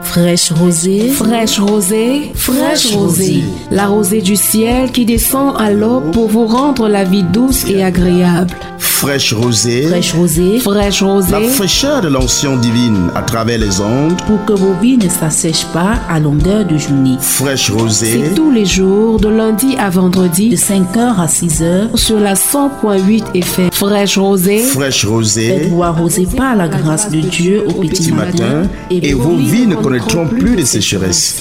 Fraîche rosée, fraîche rosée, fraîche rosée. La rosée du ciel qui descend à l'aube pour vous rendre la vie douce et agréable. Fraîche rosée, Fraîche rosée, fraîche rosée. La fraîcheur de l'onction divine à travers les ondes. Pour que vos vies ne s'assèchent pas à longueur de journée. Fraîche rosée. C'est tous les jours, de lundi à vendredi, de 5h à 6h, sur la 100.8 FM. Fraîche rosée. Fraîche rosée. Faites-vous arroser par la grâce de Dieu au petit matin. Et vos vies ne connaîtront plus de sécheresse.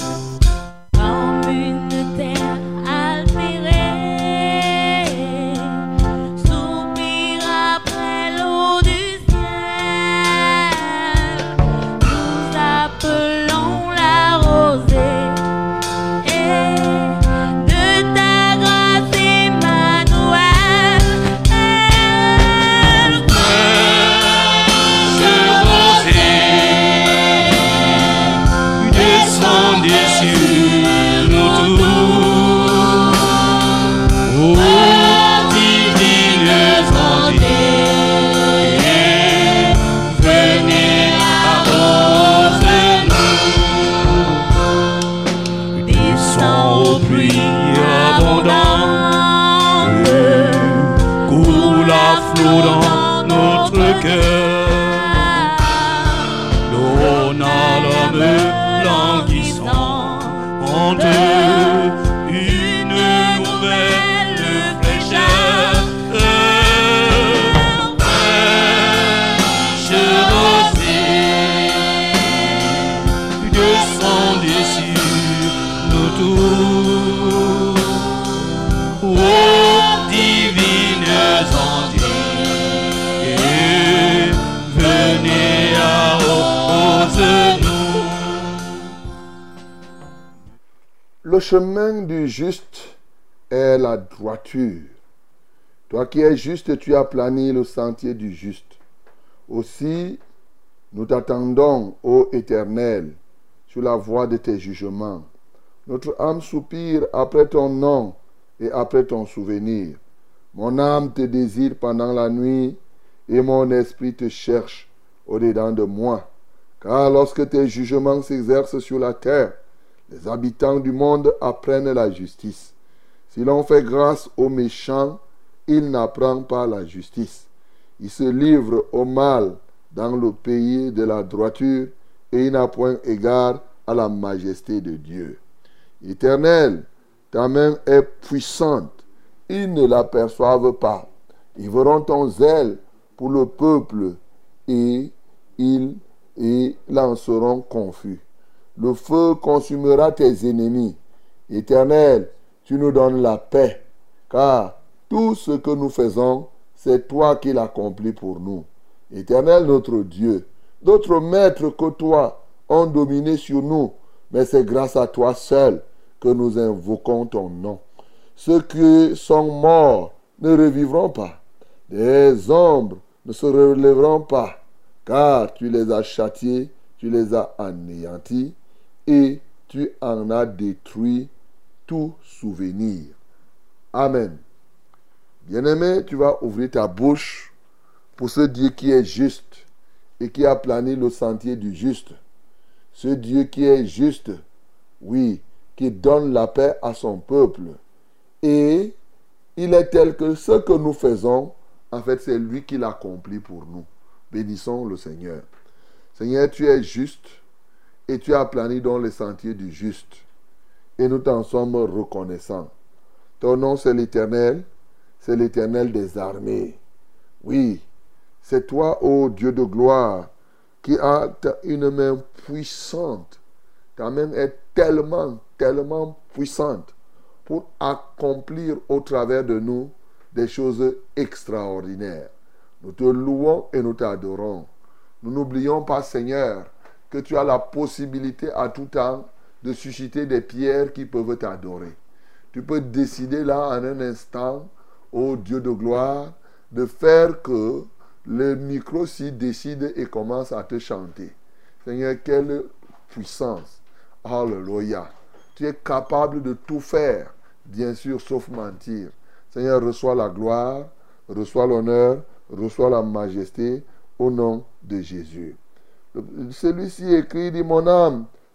Le chemin du juste est la droiture. Toi qui es juste, tu as plané le sentier du juste. Aussi, nous t'attendons, ô Éternel, sur la voie de tes jugements. Notre âme soupire après ton nom et après ton souvenir. Mon âme te désire pendant la nuit et mon esprit te cherche au-dedans de moi. Car lorsque tes jugements s'exercent sur la terre, les habitants du monde apprennent la justice. Si l'on fait grâce aux méchants, il n'apprend pas la justice. Il se livre au mal dans le pays de la droiture et il n'a point égard à la majesté de Dieu. Éternel, ta main est puissante. Ils ne l'aperçoivent pas. Ils verront ton zèle pour le peuple et ils en seront confus. Le feu consumera tes ennemis. Éternel, tu nous donnes la paix, car tout ce que nous faisons, c'est toi qui l'accomplis pour nous. Éternel notre Dieu, d'autres maîtres que toi ont dominé sur nous, mais c'est grâce à toi seul que nous invoquons ton nom. Ceux qui sont morts ne revivront pas. Les ombres ne se relèveront pas, car tu les as châtiés, tu les as anéantis, et tu en as détruit tout souvenir. Amen. Bien-aimé, tu vas ouvrir ta bouche pour ce Dieu qui est juste et qui a plané le sentier du juste. Ce Dieu qui est juste, oui, qui donne la paix à son peuple. Et il est tel que ce que nous faisons, en fait, c'est lui qui l'accomplit pour nous. Bénissons le Seigneur. Seigneur, tu es juste et tu as plané dans les sentiers du juste. Et nous t'en sommes reconnaissants. Ton nom, c'est l'Éternel des armées. Oui, c'est toi, ô Dieu de gloire, qui as une main puissante. Ta main est tellement puissante pour accomplir au travers de nous des choses extraordinaires. Nous te louons et nous t'adorons. Nous n'oublions pas, Seigneur, que tu as la possibilité à tout temps de susciter des pierres qui peuvent t'adorer. Tu peux décider là en un instant, ô Dieu de gloire, de faire que le micro s'y décide et commence à te chanter. Seigneur, quelle puissance. Alléluia. Tu es capable de tout faire, bien sûr, sauf mentir. Seigneur, reçois la gloire, reçois l'honneur, reçois la majesté au nom de Jésus. Celui-ci écrit, dit, mon âme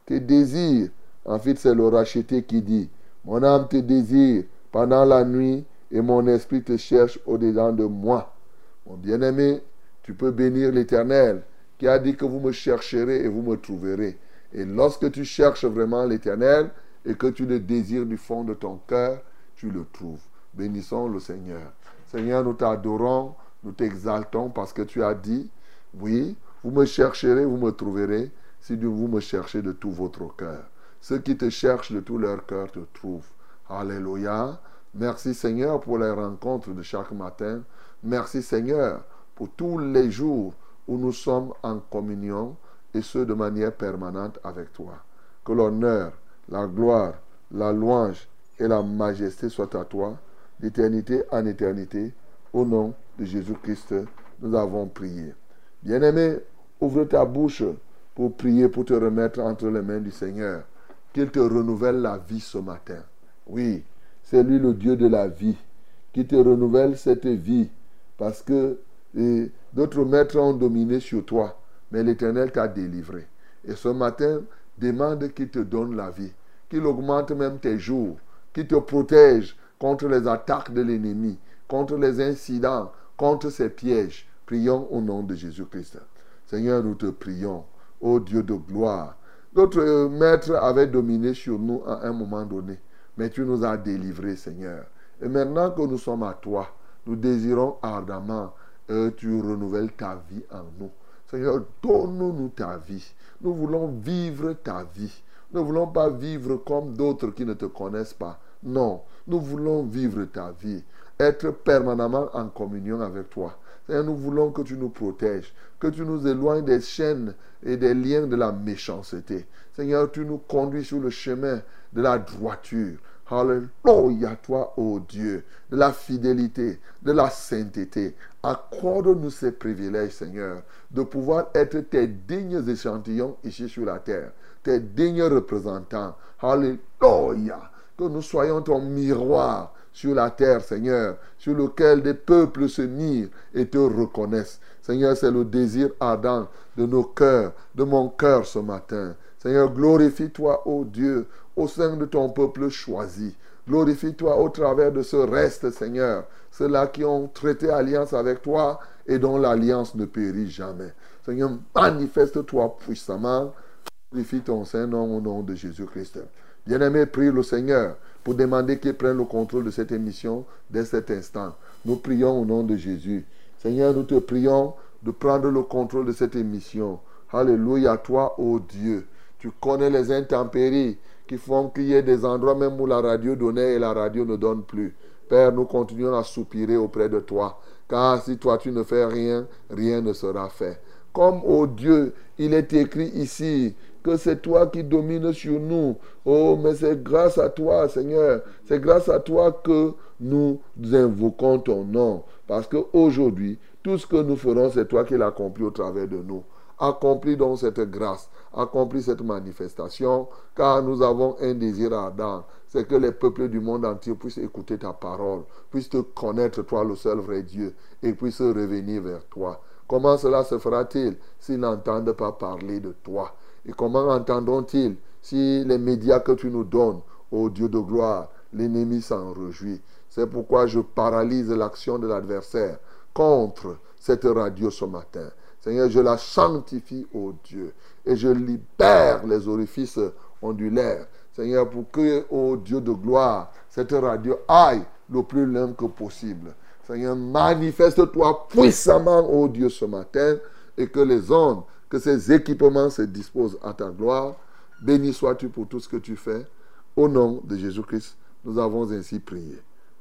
tes désirs. Ensuite, c'est le racheté qui dit, mon âme te désire pendant la nuit et mon esprit te cherche au-dedans de moi. Mon bien-aimé, tu peux bénir l'Éternel qui a dit que vous me chercherez et vous me trouverez. Et lorsque tu cherches vraiment l'Éternel et que tu le désires du fond de ton cœur, tu le trouves. Bénissons le Seigneur. Seigneur, nous t'adorons, nous t'exaltons parce que tu as dit, oui, vous me chercherez, vous me trouverez si vous me cherchez de tout votre cœur. Ceux qui te cherchent de tout leur cœur te trouvent. Alléluia. Merci Seigneur pour les rencontres de chaque matin. Merci Seigneur pour tous les jours où nous sommes en communion et ce de manière permanente avec toi. Que l'honneur, la gloire, la louange et la majesté soient à toi, d'éternité en éternité. Au nom de Jésus-Christ, nous avons prié. Bien-aimé, ouvre ta bouche pour prier, pour te remettre entre les mains du Seigneur. Qu'il te renouvelle la vie ce matin. Oui, c'est lui le Dieu de la vie, qui te renouvelle cette vie, parce que d'autres maîtres ont dominé sur toi, mais l'Éternel t'a délivré. Et ce matin, demande qu'il te donne la vie, qu'il augmente même tes jours, qu'il te protège contre les attaques de l'ennemi, contre les incidents, contre ses pièges. Prions au nom de Jésus-Christ. Seigneur, nous te prions, ô Dieu de gloire. D'autres maîtres avaient dominé sur nous à un moment donné, mais tu nous as délivrés, Seigneur. Et maintenant que nous sommes à toi, nous désirons ardemment que tu renouvelles ta vie en nous. Seigneur, donne-nous ta vie. Nous voulons vivre ta vie. Nous ne voulons pas vivre comme d'autres qui ne te connaissent pas. Non, nous voulons vivre ta vie, être permanemment en communion avec toi. Seigneur, nous voulons que tu nous protèges, que tu nous éloignes des chaînes et des liens de la méchanceté. Seigneur, tu nous conduis sur le chemin de la droiture. Alléluia, toi, ô Dieu, de la fidélité, de la sainteté. Accorde-nous ces privilèges, Seigneur, de pouvoir être tes dignes échantillons ici sur la terre, tes dignes représentants. Alléluia, que nous soyons ton miroir sur la terre, Seigneur, sur lequel des peuples se mirent et te reconnaissent. Seigneur, c'est le désir ardent de nos cœurs, de mon cœur ce matin. Seigneur, glorifie-toi, ô Dieu, au sein de ton peuple choisi. Glorifie-toi au travers de ce reste, Seigneur, ceux-là qui ont traité alliance avec toi et dont l'alliance ne périt jamais. Seigneur, manifeste-toi puissamment. Glorifie ton Saint-Nom au nom de Jésus-Christ. Bien-aimé, prie le Seigneur pour demander qu'il prenne le contrôle de cette émission dès cet instant. Nous prions au nom de Jésus. Seigneur, nous te prions de prendre le contrôle de cette émission. Alléluia, toi, ô Dieu. Tu connais les intempéries qui font qu'il y ait des endroits même où la radio donnait et la radio ne donne plus. Père, nous continuons à soupirer auprès de toi. Car si toi tu ne fais rien, rien ne sera fait. Comme, ô Dieu, il est écrit ici que c'est toi qui domines sur nous. Oh, mais c'est grâce à toi, Seigneur. C'est grâce à toi que nous invoquons ton nom. Parce qu'aujourd'hui, tout ce que nous ferons, c'est toi qui l'accomplis au travers de nous. Accomplis donc cette grâce, accomplis cette manifestation, car nous avons un désir ardent, c'est que les peuples du monde entier puissent écouter ta parole, puissent te connaître, toi le seul vrai Dieu, et puissent revenir vers toi. Comment cela se fera-t-il s'ils n'entendent pas parler de toi? Et comment entendront-ils si les médias que tu nous donnes, ô Dieu de gloire, l'ennemi s'en réjouit? C'est pourquoi je paralyse l'action de l'adversaire contre cette radio ce matin. Seigneur, je la sanctifie, ô Dieu, et je libère les orifices ondulaires. Seigneur, pour que, ô Dieu de gloire, cette radio aille le plus loin que possible. Seigneur, manifeste-toi puissamment, ô Dieu, ce matin, et que les ondes, que ces équipements se disposent à ta gloire. Béni sois-tu pour tout ce que tu fais. Au nom de Jésus-Christ, nous avons ainsi prié.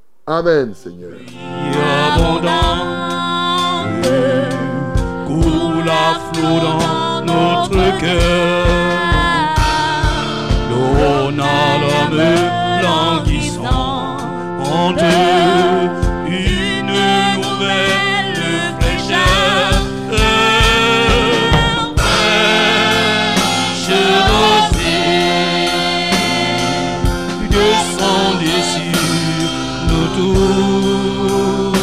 Amen, Seigneur. Coule à flot dans notre cœur, l'eau n'a l'homme languissante, une nouvelle fraîcheur, fraîche rosée, descendez sur nous tous.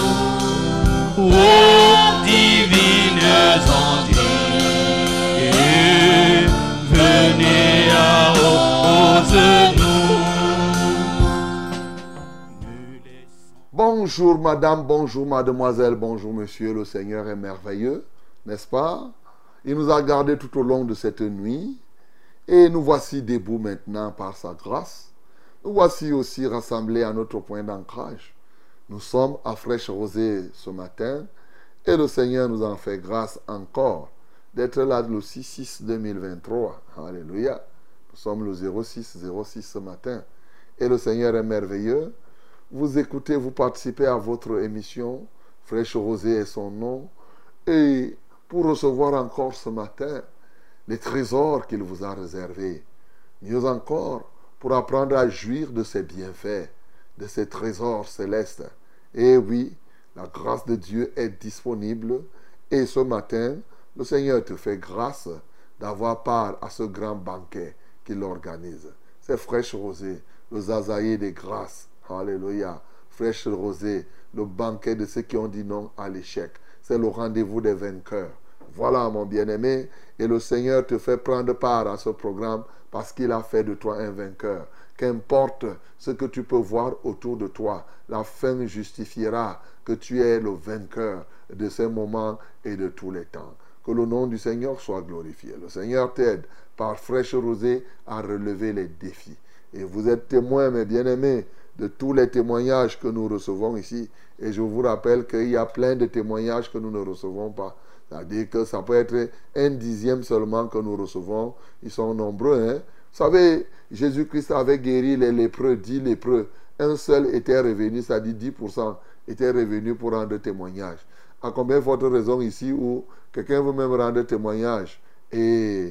Oh, divines ondes, et Bonjour madame, bonjour mademoiselle, bonjour monsieur, le Seigneur est merveilleux, n'est-ce pas? Il nous a gardés tout au long de cette nuit et nous voici debout maintenant par sa grâce. Nous voici aussi rassemblés à notre point d'ancrage. Nous sommes à Fraîche Rosée ce matin et le Seigneur nous en fait grâce encore d'être là le 6/6/2023. Alléluia. Nous sommes le 06/06 ce matin et le Seigneur est merveilleux. Vous écoutez, vous participez à votre émission, Fraîche Rosée est son nom, et pour recevoir encore ce matin les trésors qu'il vous a réservés. Mieux encore, pour apprendre à jouir de ses bienfaits, de ses trésors célestes. Et oui, la grâce de Dieu est disponible, et ce matin, le Seigneur te fait grâce d'avoir part à ce grand banquet qu'il organise. C'est Fraîche Rosée, le zazaïe des grâces. Alléluia. Fraîche Rosée, le banquet de ceux qui ont dit non à l'échec. C'est le rendez-vous des vainqueurs. Voilà mon bien-aimé. Et le Seigneur te fait prendre part à ce programme parce qu'il a fait de toi un vainqueur. Qu'importe ce que tu peux voir autour de toi, la fin justifiera que tu es le vainqueur de ces moments et de tous les temps. Que le nom du Seigneur soit glorifié. Le Seigneur t'aide par Fraîche Rosée à relever les défis. Et vous êtes témoins, mes bien-aimés, de tous les témoignages que nous recevons ici. Et je vous rappelle qu'il y a plein de témoignages que nous ne recevons pas. C'est-à-dire que ça peut être 1/10 seulement que nous recevons. Ils sont nombreux. Hein? Vous savez, Jésus-Christ avait guéri les lépreux, 10 lépreux. Un seul était revenu, ça dit 10% était revenu pour rendre témoignage. À combien forte raison ici où quelqu'un veut même rendre témoignage et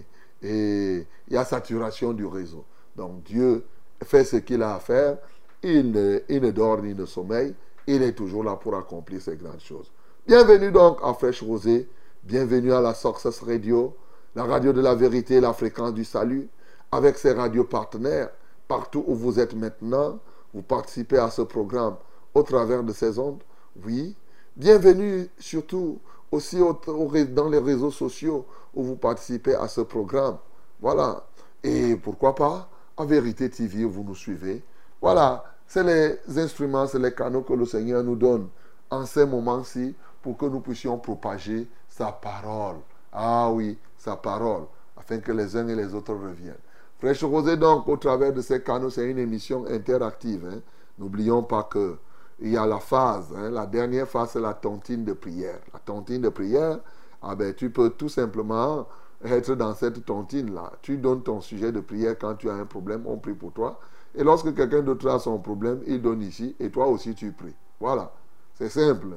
il y a saturation du réseau. Donc Dieu fait ce qu'il a à faire. Il ne dort ni ne sommeille. Il est toujours là pour accomplir ces grandes choses. Bienvenue donc à Fraîche Rosée. Bienvenue à la Success Radio, la radio de la vérité, la fréquence du salut, avec ses radios partenaires. Partout où vous êtes maintenant, vous participez à ce programme au travers de ces ondes. Oui. Bienvenue surtout aussi dans les réseaux sociaux où vous participez à ce programme. Voilà. Et pourquoi pas, à Vérité TV, vous nous suivez. Voilà, c'est les instruments, c'est les canaux que le Seigneur nous donne en ces moments-ci pour que nous puissions propager sa parole. Ah oui, sa parole, afin que les uns et les autres reviennent. Fraîche Rosée donc, au travers de ces canaux, c'est une émission interactive. Hein. N'oublions pas qu'il y a la phase, hein. La dernière phase, c'est la tontine de prière. La tontine de prière, tu peux tout simplement être dans cette tontine-là. Tu donnes ton sujet de prière quand tu as un problème, on prie pour toi. Et lorsque quelqu'un d'autre a son problème, il donne ici et toi aussi tu pries. Voilà, c'est simple.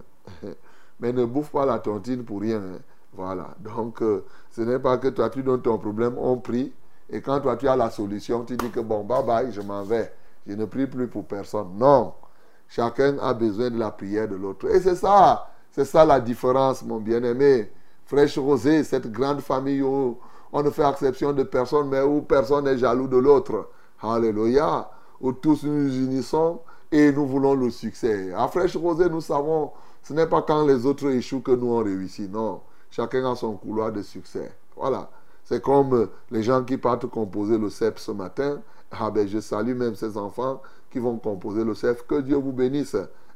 Mais ne bouffe pas la tontine pour rien. Hein. Voilà, donc ce n'est pas que toi tu donnes ton problème, on prie. Et quand toi tu as la solution, tu dis que bon, bye bye, je m'en vais. Je ne prie plus pour personne. Non, chacun a besoin de la prière de l'autre. Et c'est ça la différence, mon bien-aimé. Fraîche Rosée, cette grande famille où on ne fait exception de personne, mais où personne n'est jaloux de l'autre. Alléluia, où tous nous nous unissons et nous voulons le succès. À Fraîche Rosée, nous savons, ce n'est pas quand les autres échouent que nous on réussit. Non, chacun a son couloir de succès. Voilà, c'est comme les gens qui partent composer le CEP ce matin. Je salue même ces enfants qui vont composer le CEP. Que Dieu vous bénisse.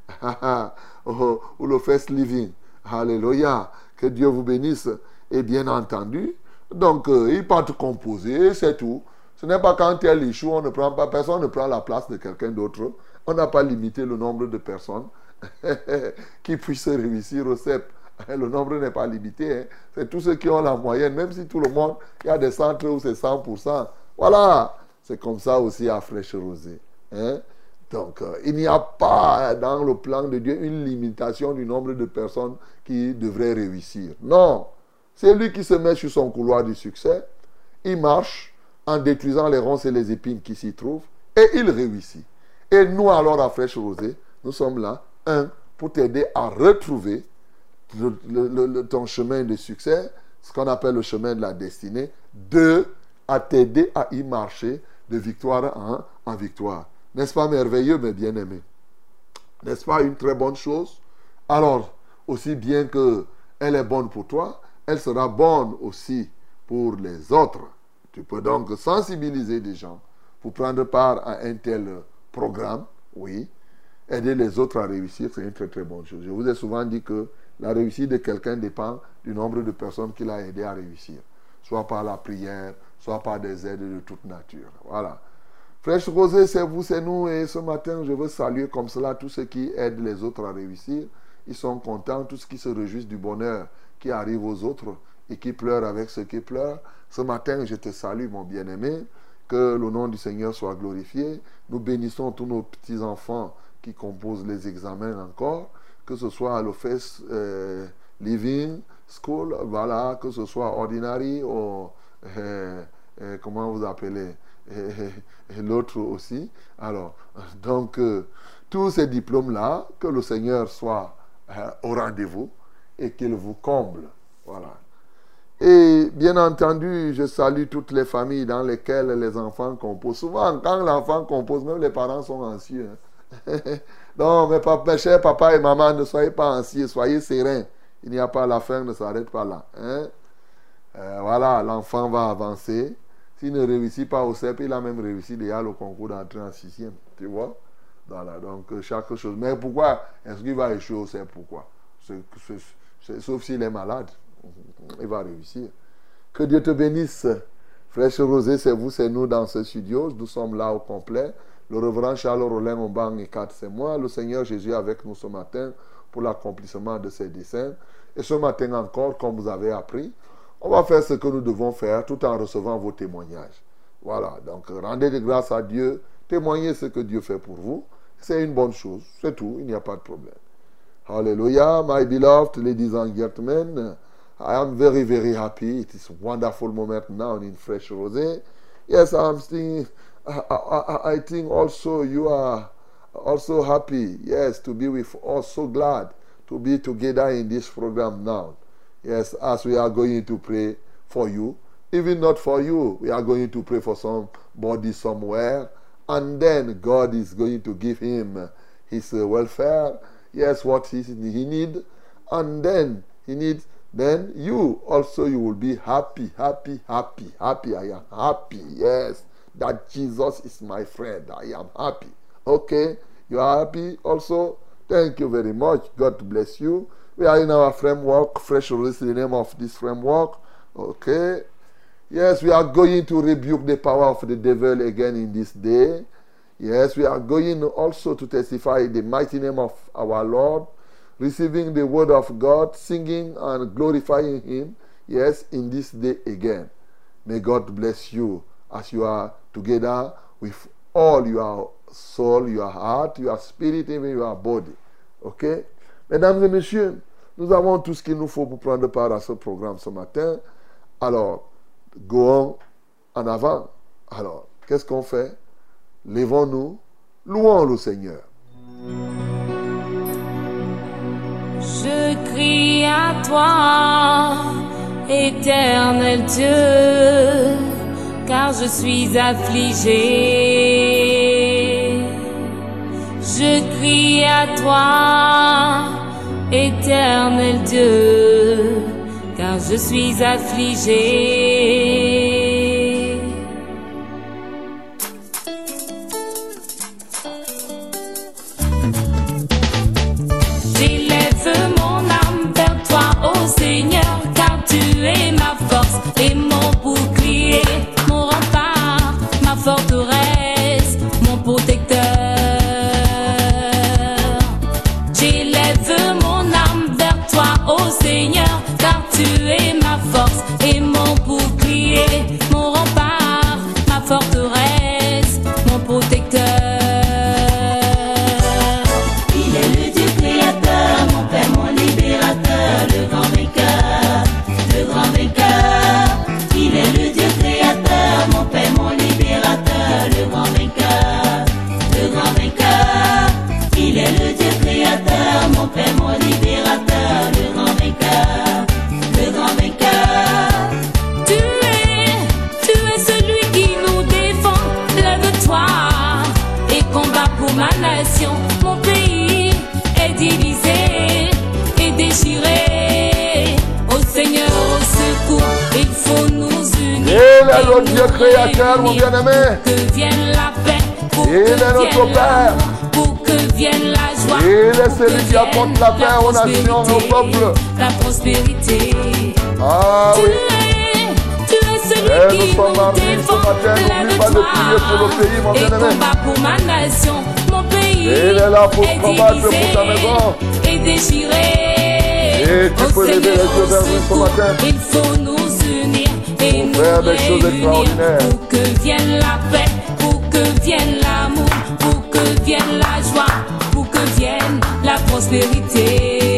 Ou le First Living. Alléluia, que Dieu vous bénisse. Et bien entendu, donc ils partent composer, c'est tout. Ce n'est pas quand elle échoue, personne ne prend la place de quelqu'un d'autre. On n'a pas limité le nombre de personnes qui puissent réussir au CEP. Le nombre n'est pas limité. Hein. C'est tous ceux qui ont la moyenne. Même si tout le monde, il y a des centres où c'est 100%. Voilà. C'est comme ça aussi à Fraîche Rosée. Hein. Donc, il n'y a pas dans le plan de Dieu une limitation du nombre de personnes qui devraient réussir. Non. C'est lui qui se met sur son couloir du succès. Il marche en détruisant les ronces et les épines qui s'y trouvent, et il réussit. Et nous, alors, à Fraîche Rosée, nous sommes là, pour t'aider à retrouver ton chemin de succès, ce qu'on appelle le chemin de la destinée, à t'aider à y marcher de victoire en victoire. N'est-ce pas merveilleux, mes bien-aimés? N'est-ce pas une très bonne chose? Alors, aussi bien qu'elle est bonne pour toi, elle sera bonne aussi pour les autres. Tu peux donc sensibiliser des gens pour prendre part à un tel programme, oui, aider les autres à réussir, c'est une très très bonne chose. Je vous ai souvent dit que la réussite de quelqu'un dépend du nombre de personnes qu'il a aidé à réussir, soit par la prière, soit par des aides de toute nature. Voilà. Fraîche Rosée, c'est vous, c'est nous, et ce matin, je veux saluer comme cela tous ceux qui aident les autres à réussir. Ils sont contents, tous ceux qui se réjouissent du bonheur qui arrive aux autres et qui pleurent avec ceux qui pleurent. Ce matin, je te salue, mon bien-aimé. Que le nom du Seigneur soit glorifié. Nous bénissons tous nos petits-enfants qui composent les examens encore, que ce soit à l'Office Living School, voilà, que ce soit Ordinary ou comment vous appelez l'autre aussi. Alors, donc, tous ces diplômes-là, que le Seigneur soit au rendez-vous et qu'il vous comble. Voilà. Et bien entendu, je salue toutes les familles dans lesquelles les enfants composent. Souvent, quand l'enfant compose, même les parents sont anxieux. Non, mes chers papa et maman, ne soyez pas anxieux, soyez sereins. Il n'y a pas la fin, ne s'arrête pas là. Voilà, l'enfant va avancer. S'il ne réussit pas au CEP, il a même réussi déjà le concours d'entrée en 6e. Tu vois? Voilà, donc chaque chose. Mais pourquoi est-ce qu'il va échouer au CEP? Pourquoi? Sauf s'il est malade. Il va réussir. Que Dieu te bénisse. Fraîche Rosée, c'est vous, c'est nous dans ce studio. Nous sommes là au complet. Le reverend Charles Rollin Ombang et 4, c'est moi. Le Seigneur Jésus est avec nous ce matin pour l'accomplissement de ses desseins. Et ce matin encore, comme vous avez appris, on va faire ce que nous devons faire tout en recevant vos témoignages. Voilà, donc rendez de grâce à Dieu, témoignez ce que Dieu fait pour vous. C'est une bonne chose, c'est tout, il n'y a pas de problème. Hallelujah, my beloved ladies and gentlemen. I am very, very happy. It is a wonderful moment now in Fresh Rosé. Yes, I'm thinking, I think also you are also happy, yes, to be with us. So glad to be together in this program now. Yes, as we are going to pray for you. Even not for you, we are going to pray for somebody somewhere. And then God is going to give him his welfare. Yes, what he needs. And then he needs. Then you also, you will be happy, happy, happy, happy. I am happy, yes, that Jesus is my friend. I am happy. Okay, you are happy also? Thank you very much. God bless you. We are in our framework. Fresh Release is the name of this framework. Okay. Yes, we are going to rebuke the power of the devil again in this day. Yes, we are going also to testify the mighty name of our Lord, receiving the word of God, singing and glorifying him, yes, in this day again. May God bless you as you are together with all your soul, your heart, your spirit, even your body. Ok? Mesdames et messieurs, nous avons tout ce qu'il nous faut pour prendre part à ce programme ce matin. Alors, go en avant. Alors, qu'est-ce qu'on fait? Lèvons-nous, louons le Seigneur. Je crie à toi, éternel Dieu, car je suis affligé. Je crie à toi, éternel Dieu, car je suis affligé. Seigneur, car tu es ma force et mon bouclier, mon rempart, ma forteresse, mon protecteur. J'élève mon âme vers toi, ô Seigneur, car tu es ma force et mon bouclier, mon rempart, ma forteresse, mon protecteur. Il est le Dieu créateur, mon Père, mon libérateur, le grand vainqueur, le grand vainqueur. Il est le Dieu créateur, mon Père, mon libérateur, le Dieu créateur, mon bien-aimé. Pour que vienne la paix. Pour Il est notre Père. Pour que vienne la joie. Il est celui qui apporte la paix aux nations, aux peuples. La prospérité. Ah oui. Tu es celui Et nous qui sommes en vie ce matin. N'oublie pas de prier pour le pays, mon bien-aimé. Et combat pour ma nation, mon pays. Il est là pour combattre pour ta maison. Et déchiré. Et tu peux lever les yeux vers lui ce matin. Il faut nous unir et nous faire des choses extraordinaires. pour que vienne la paix, pour que vienne l'amour, pour que vienne la joie, pour que vienne la prospérité.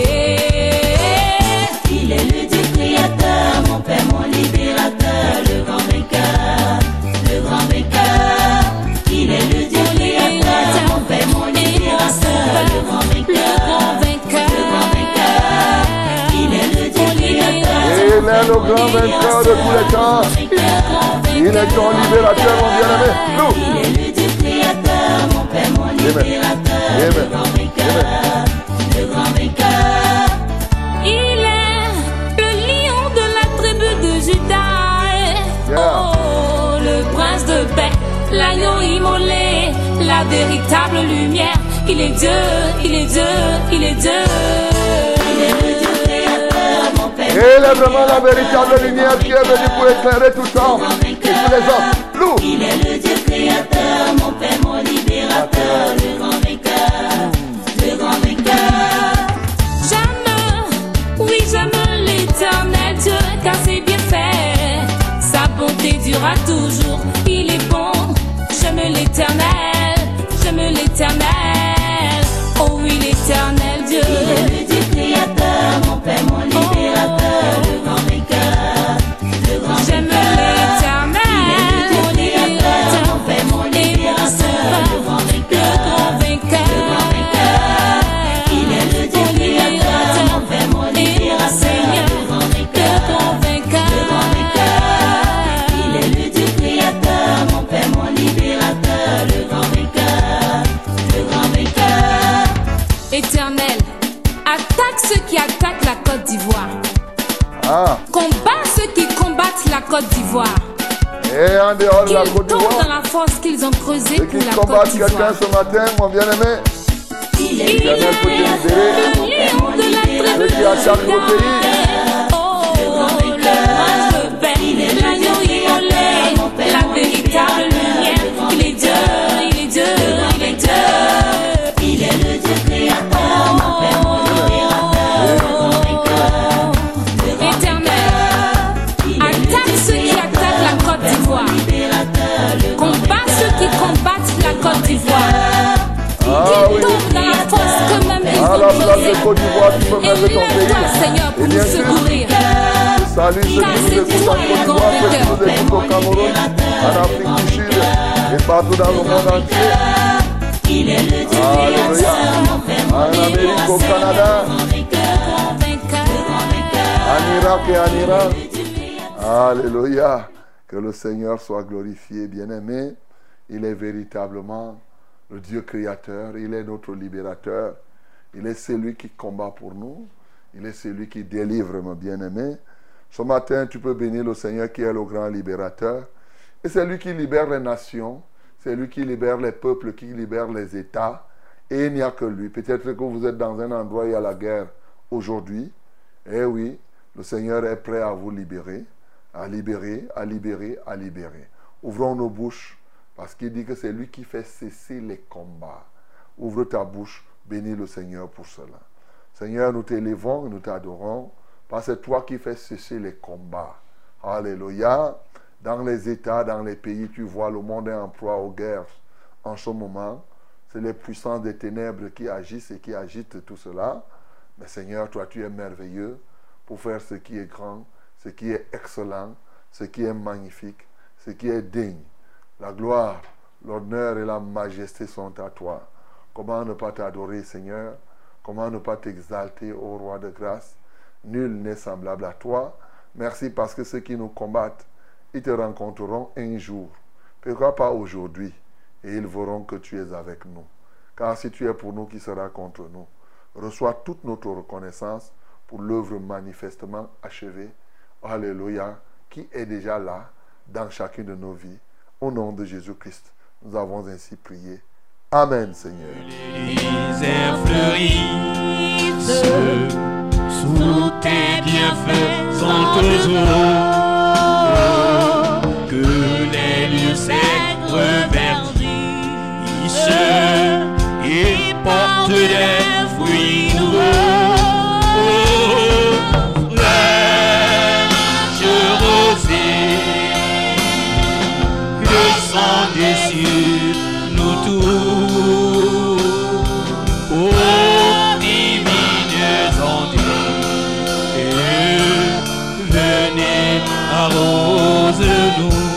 Il est le Dieu créateur, mon Père, mon libérateur, le grand vainqueur, le grand vainqueur. Il est le Dieu créateur, mon Père, mon libérateur, le grand vainqueur, le grand vainqueur. Il est le Dieu créateur. Il est le grand vainqueur de tous les temps. Il est ton libérateur, mon bien-aimé. Nous. Il est le Dieu créateur, mon Père, mon libérateur, le grand vainqueur, le grand vainqueur. Il est le lion de la tribu de Judas. Oh, le prince de paix, l'agneau immolé, la véritable lumière. Il est Dieu, il est Dieu, il est Dieu. Il est le Dieu créateur, mon Père. Il est vraiment la véritable lumière qui est venue pour éclairer tout le temps et tous les hommes. Nous. Il est le Dieu créateur, mon Père, mon libérateur, le grand vainqueur, le grand vainqueur. J'aime, oui j'aime l'éternel Dieu, car c'est bien fait. Sa bonté durera toujours, il est bon. J'aime l'éternel, j'aime l'éternel. Oh oui l'éternel Dieu. Il est le Dieu créateur, mon Père, mon libérateur, le grand vainqueur, le grand vainqueur. J'aime l'éternel, mon libérateur, mon Père, mon libérateur, le grand vainqueur, le grand vainqueur. Il est le Dieu créateur, mon Père, mon libérateur, le grand vainqueur, le grand vainqueur. Il est le Dieu créateur, mon Père, mon libérateur, le grand vainqueur, le grand vainqueur. Éternel, attaque ceux qui attaquent la Côte d'Ivoire. Ah. Combat ceux qui combattent la Côte d'Ivoire. Et en dehors de la Qu'ils Côte tombent d'Ivoire, dans la fosse qu'ils ont creusée ceux pour qui la Côte combattent quelqu'un d'Ivoire. ce matin, mon bien-aimé, Il est l'Éternel peut te libérer. De la Ceux qui attaquent le pays, Oh, le prince de paix, l'agneau immolé, la véritable lumière. Il est Dieu, il est Dieu, il est Dieu. Il est le Dieu créateur, mon Père, mon libérateur, le grand vainqueur, le grand Éternel, attaque ceux qui attaquent la Côte d'Ivoire. Combat ceux qui combattent la Côte d'Ivoire. ah oui, Qu'ils tombent dans la fosse que même ils à la ont place creusée. de Côte d'Ivoire, tu peux Et mettre ton lève-toi, pays. Seigneur, pour Et nous bien sûr, secourir. je salue ceux Car qui nous c'est écoutent en toi Côte le grand d'Ivoire, ceux qui vainqueur. nous écoutent au Cameroun, en Afrique du Sud et partout dans le monde entier. Il est le Dieu Alléluia. créateur, mon Père, En mon Amérique, au libérateur, Canada, le grand vainqueur, le grand vainqueur. en Irak et en Iran. Alléluia. Que le Seigneur soit glorifié, bien-aimé. Il est véritablement le Dieu créateur. Il est notre libérateur. Il est celui qui combat pour nous. Il est celui qui délivre, mon bien-aimé. Ce matin, tu peux bénir le Seigneur qui est le grand libérateur. Et c'est lui qui libère les nations. C'est lui qui libère les peuples, qui libère les États. Et il n'y a que lui. Peut-être que vous êtes dans un endroit où il y a la guerre aujourd'hui. Eh oui, le Seigneur est prêt à vous libérer, à libérer, à libérer, à libérer. Ouvrons nos bouches, parce qu'il dit que c'est lui qui fait cesser les combats. Ouvre ta bouche, bénis le Seigneur pour cela. Seigneur, nous t'élevons, nous t'adorons, parce que c'est toi qui fais cesser les combats. Alléluia. Dans les États, dans les pays, tu vois, le monde est en proie aux guerres. En ce moment, c'est les puissances des ténèbres qui agissent et qui agitent tout cela. Mais Seigneur, toi, tu es merveilleux pour faire ce qui est grand, ce qui est excellent, ce qui est magnifique, ce qui est digne. La gloire, l'honneur et la majesté sont à toi. Comment ne pas t'adorer, Seigneur? Comment ne pas t'exalter, ô roi de grâce? Nul n'est semblable à toi. Merci parce que ceux qui nous combattent, ils te rencontreront un jour. Pourquoi pas aujourd'hui? Et ils verront que tu es avec nous. Car si tu es pour nous, qui sera contre nous? Reçois toute notre reconnaissance pour l'œuvre manifestement achevée. Alléluia. Qui est déjà là, dans chacune de nos vies. Au nom de Jésus-Christ, nous avons ainsi prié. Amen, Seigneur. Les airs fleurissent sous tes bienfaits sont eaux. Que les lieux secs reverdissent et portent des fruits nouveaux. Fraîche rosée, descendez sur nous tous. Ô divines ondes, venez arrose-nous.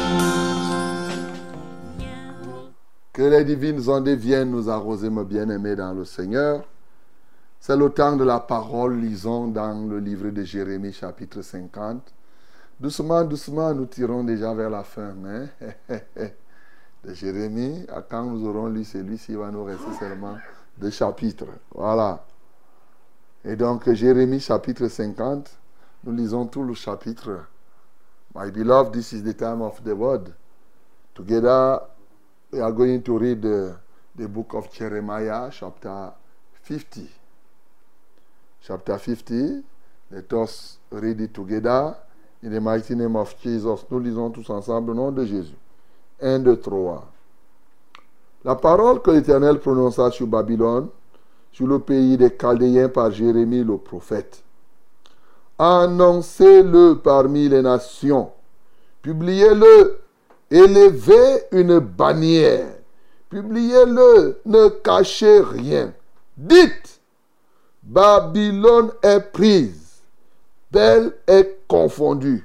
Que les divines ondes viennent nous arroser, mes bien-aimés dans le Seigneur. C'est le temps de la parole. Lisons dans le livre de Jérémie, chapitre 50. Doucement, doucement, nous tirons déjà vers la fin. Hein? De Jérémie, quand nous aurons lu celui-ci, il va nous rester seulement 2 chapitres. Voilà. Et donc, Jérémie, chapitre 50, nous lisons tout le chapitre. My beloved, this is the time of the word. Together, we are going to read the book of Jeremiah, chapter 50. Chapter 50, let us read it together in the mighty name of Jesus. Nous lisons tous ensemble au nom de Jésus. 1, 2, 3. La parole que l'Éternel prononça sur Babylone, sur le pays des Chaldéens par Jérémie le prophète. Annoncez-le parmi les nations, publiez-le, élevez une bannière, publiez-le, ne cachez rien. Dites, Babylone est prise, Bel est confondue,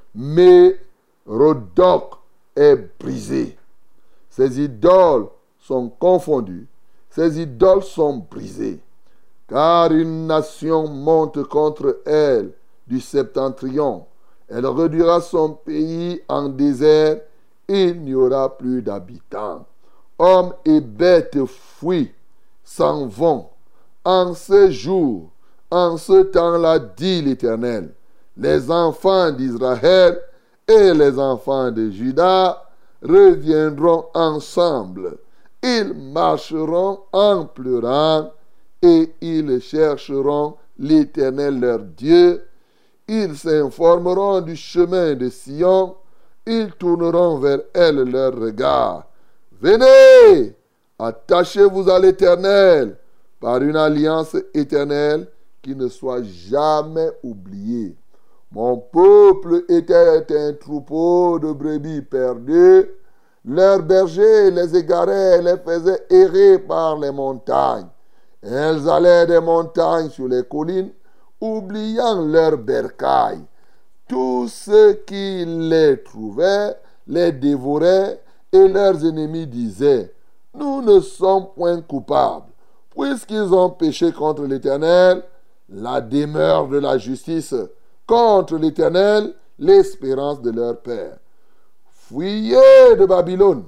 Mérodach est brisé. Ses idoles sont confondues, ses idoles sont brisées. Car une nation monte contre elle du septentrion. Elle réduira son pays en désert, il n'y aura plus d'habitants. Hommes et bêtes fuient, s'en vont. En ce jour, en ce temps-là, dit l'Éternel, les enfants d'Israël et les enfants de Juda reviendront ensemble. Ils marcheront en pleurant et ils chercheront l'Éternel leur Dieu. Ils s'informeront du chemin de Sion. Ils tourneront vers elle leur regard. Venez, attachez-vous à l'Éternel par une alliance éternelle qui ne soit jamais oubliée. Mon peuple était un troupeau de brebis perdues. Leurs bergers les égaraient, les faisaient errer par les montagnes. Elles allaient des montagnes sur les collines, oubliant leurs bercailles. Tous ceux qui les trouvaient les dévoraient, et leurs ennemis disaient, nous ne sommes point coupables, puisqu'ils ont péché contre l'Éternel, la demeure de la justice, contre l'Éternel, l'espérance de leur père. Fuyez de Babylone,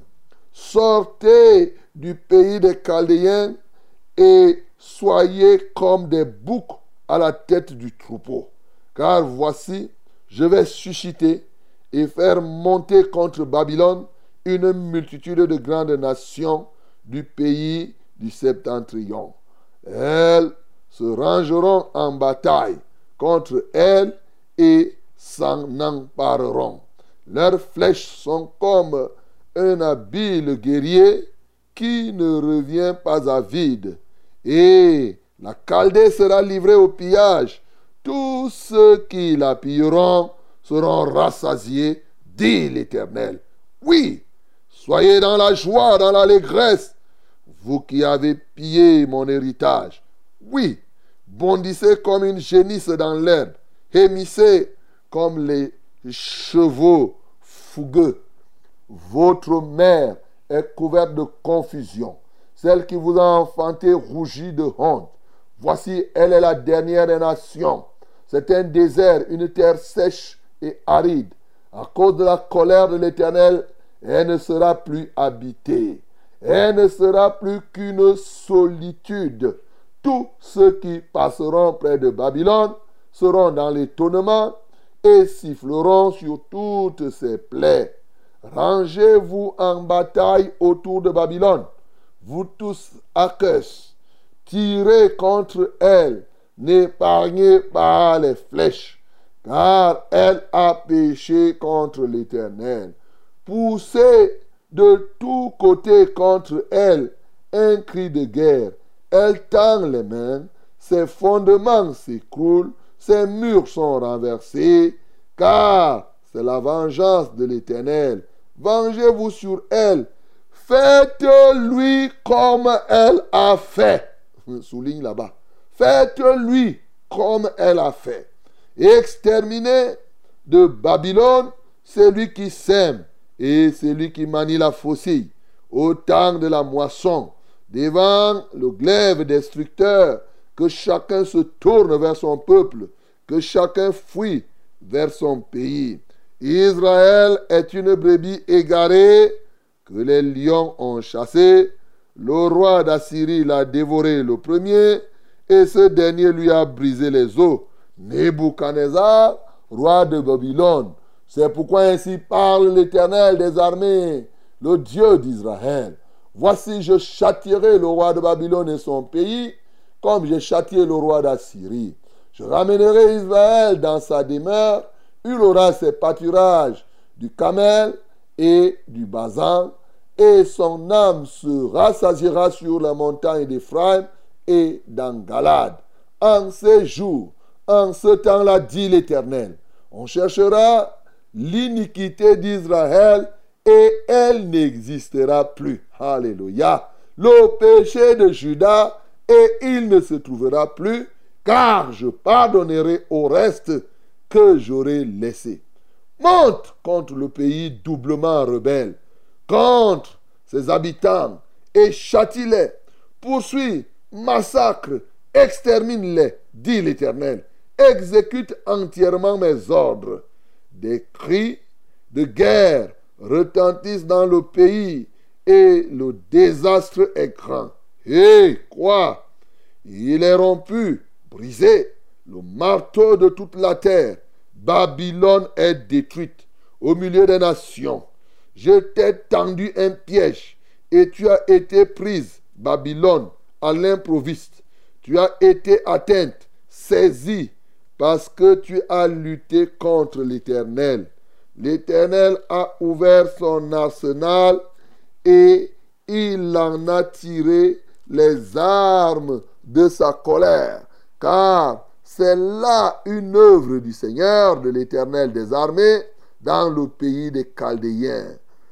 sortez du pays des Chaldéens et soyez comme des boucs à la tête du troupeau. Car voici, je vais susciter et faire monter contre Babylone une multitude de grandes nations du pays du septentrion. Elles se rangeront en bataille contre elle et s'en empareront. Leurs flèches sont comme un habile guerrier qui ne revient pas à vide. Et la Chaldée sera livrée au pillage. Tous ceux qui la pilleront seront rassasiés, dit l'Éternel. Oui, soyez dans la joie, dans l'allégresse, vous qui avez pillé mon héritage. Oui, bondissez comme une génisse dans l'herbe, gémissez comme les chevaux fougueux. Votre mère est couverte de confusion. Celle qui vous a enfanté rougit de honte. Voici, elle est la dernière des nations. C'est un désert, une terre sèche et aride. À cause de la colère de l'Éternel, elle ne sera plus habitée. Elle ne sera plus qu'une solitude. Tous ceux qui passeront près de Babylone seront dans l'étonnement et siffleront sur toutes ses plaies. Rangez-vous en bataille autour de Babylone, vous tous Akès, tirez contre elle, n'épargnez pas les flèches, car elle a péché contre l'Éternel. Poussez de tous côtés contre elle un cri de guerre. Elle tend les mains, ses fondements s'écroulent, ses murs sont renversés, car c'est la vengeance de l'Éternel. Vengez-vous sur elle. Faites-lui comme elle a fait. Souligne là-bas. Faites-lui comme elle a fait. Exterminez de Babylone celui qui sème et celui qui manie la faucille. Au temps de la moisson, devant le glaive destructeur, que chacun se tourne vers son peuple, que chacun fuit vers son pays. Israël est une brebis égarée que les lions ont chassée. Le roi d'Assyrie l'a dévoré le premier, et ce dernier lui a brisé les os. Nebuchadnezzar, roi de Babylone. C'est pourquoi ainsi parle l'Éternel des armées, le Dieu d'Israël. Voici, je châtierai le roi de Babylone et son pays, comme j'ai châtié le roi d'Assyrie. Je ramènerai Israël dans sa demeure, il aura ses pâturages du Camel et du Basan, et son âme se rassasiera sur la montagne d'Éphraïm et dans Galade. En ces jours, en ce temps-là, dit l'Éternel, on cherchera l'iniquité d'Israël et elle n'existera plus. Alléluia. Le péché de Juda et il ne se trouvera plus, car je pardonnerai au reste que j'aurai laissé. Monte contre le pays doublement rebelle, contre ses habitants, et châtie-les. Poursuis, massacre, extermine-les, dit l'Éternel. Exécute entièrement mes ordres. Des cris de guerre retentissent dans le pays et le désastre est grand. Et quoi? Il est rompu, brisé, le marteau de toute la terre. Babylone est détruite au milieu des nations. Je t'ai tendu un piège et tu as été prise, Babylone, à l'improviste. Tu as été atteinte, saisie, parce que tu as lutté contre l'Éternel. L'Éternel a ouvert son arsenal et il en a tiré les armes de sa colère, car c'est là une œuvre du Seigneur, de l'Éternel des armées, dans le pays des Chaldéens.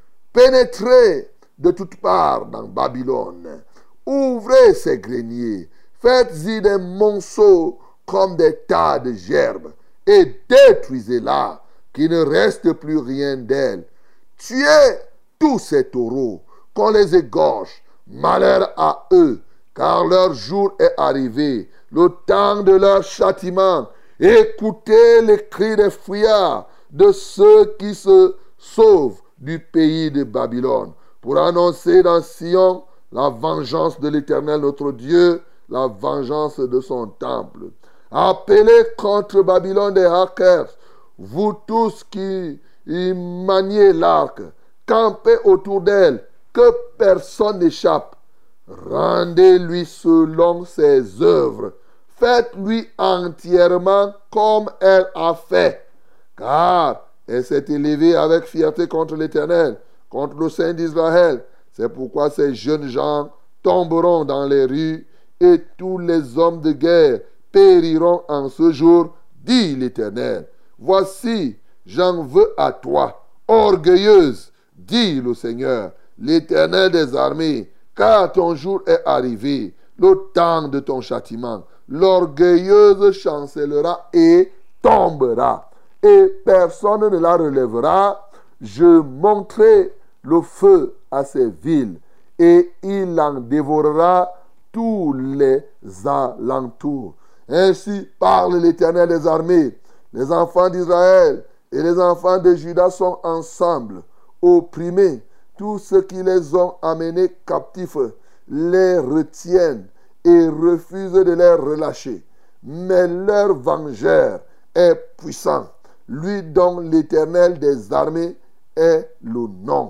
Pénétrez de toutes parts dans Babylone, ouvrez ses greniers, faites-y des monceaux comme des tas de gerbes, et détruisez-la, qu'il ne reste plus rien d'elle. Tuez tous ces taureaux, qu'on les égorge. Malheur à eux, car leur jour est arrivé, le temps de leur châtiment. Écoutez les cris des fuyards, de ceux qui se sauvent du pays de Babylone, pour annoncer dans Sion la vengeance de l'Éternel notre Dieu, la vengeance de son temple. Appelez contre Babylone des hackers, vous tous qui y maniez l'arc, campez autour d'elle, que personne n'échappe. Rendez-lui selon ses œuvres, faites-lui entièrement comme elle a fait, car elle s'est élevée avec fierté contre l'Éternel, contre le Saint d'Israël. C'est pourquoi ces jeunes gens tomberont dans les rues et tous les hommes de guerre périront en ce jour, dit l'Éternel. Voici, j'en veux à toi, orgueilleuse, dit le Seigneur, l'Éternel des armées, car ton jour est arrivé, le temps de ton châtiment. L'orgueilleuse chancellera et tombera, et personne ne la relèvera. Je montrerai le feu à ces villes, et il en dévorera tous les alentours. Ainsi parle l'Éternel des armées. Les enfants d'Israël et les enfants de Juda sont ensemble, opprimés. Tous ceux qui les ont amenés captifs les retiennent et refusent de les relâcher. Mais leur vengeur est puissant. lui dont l'Éternel des armées est le nom.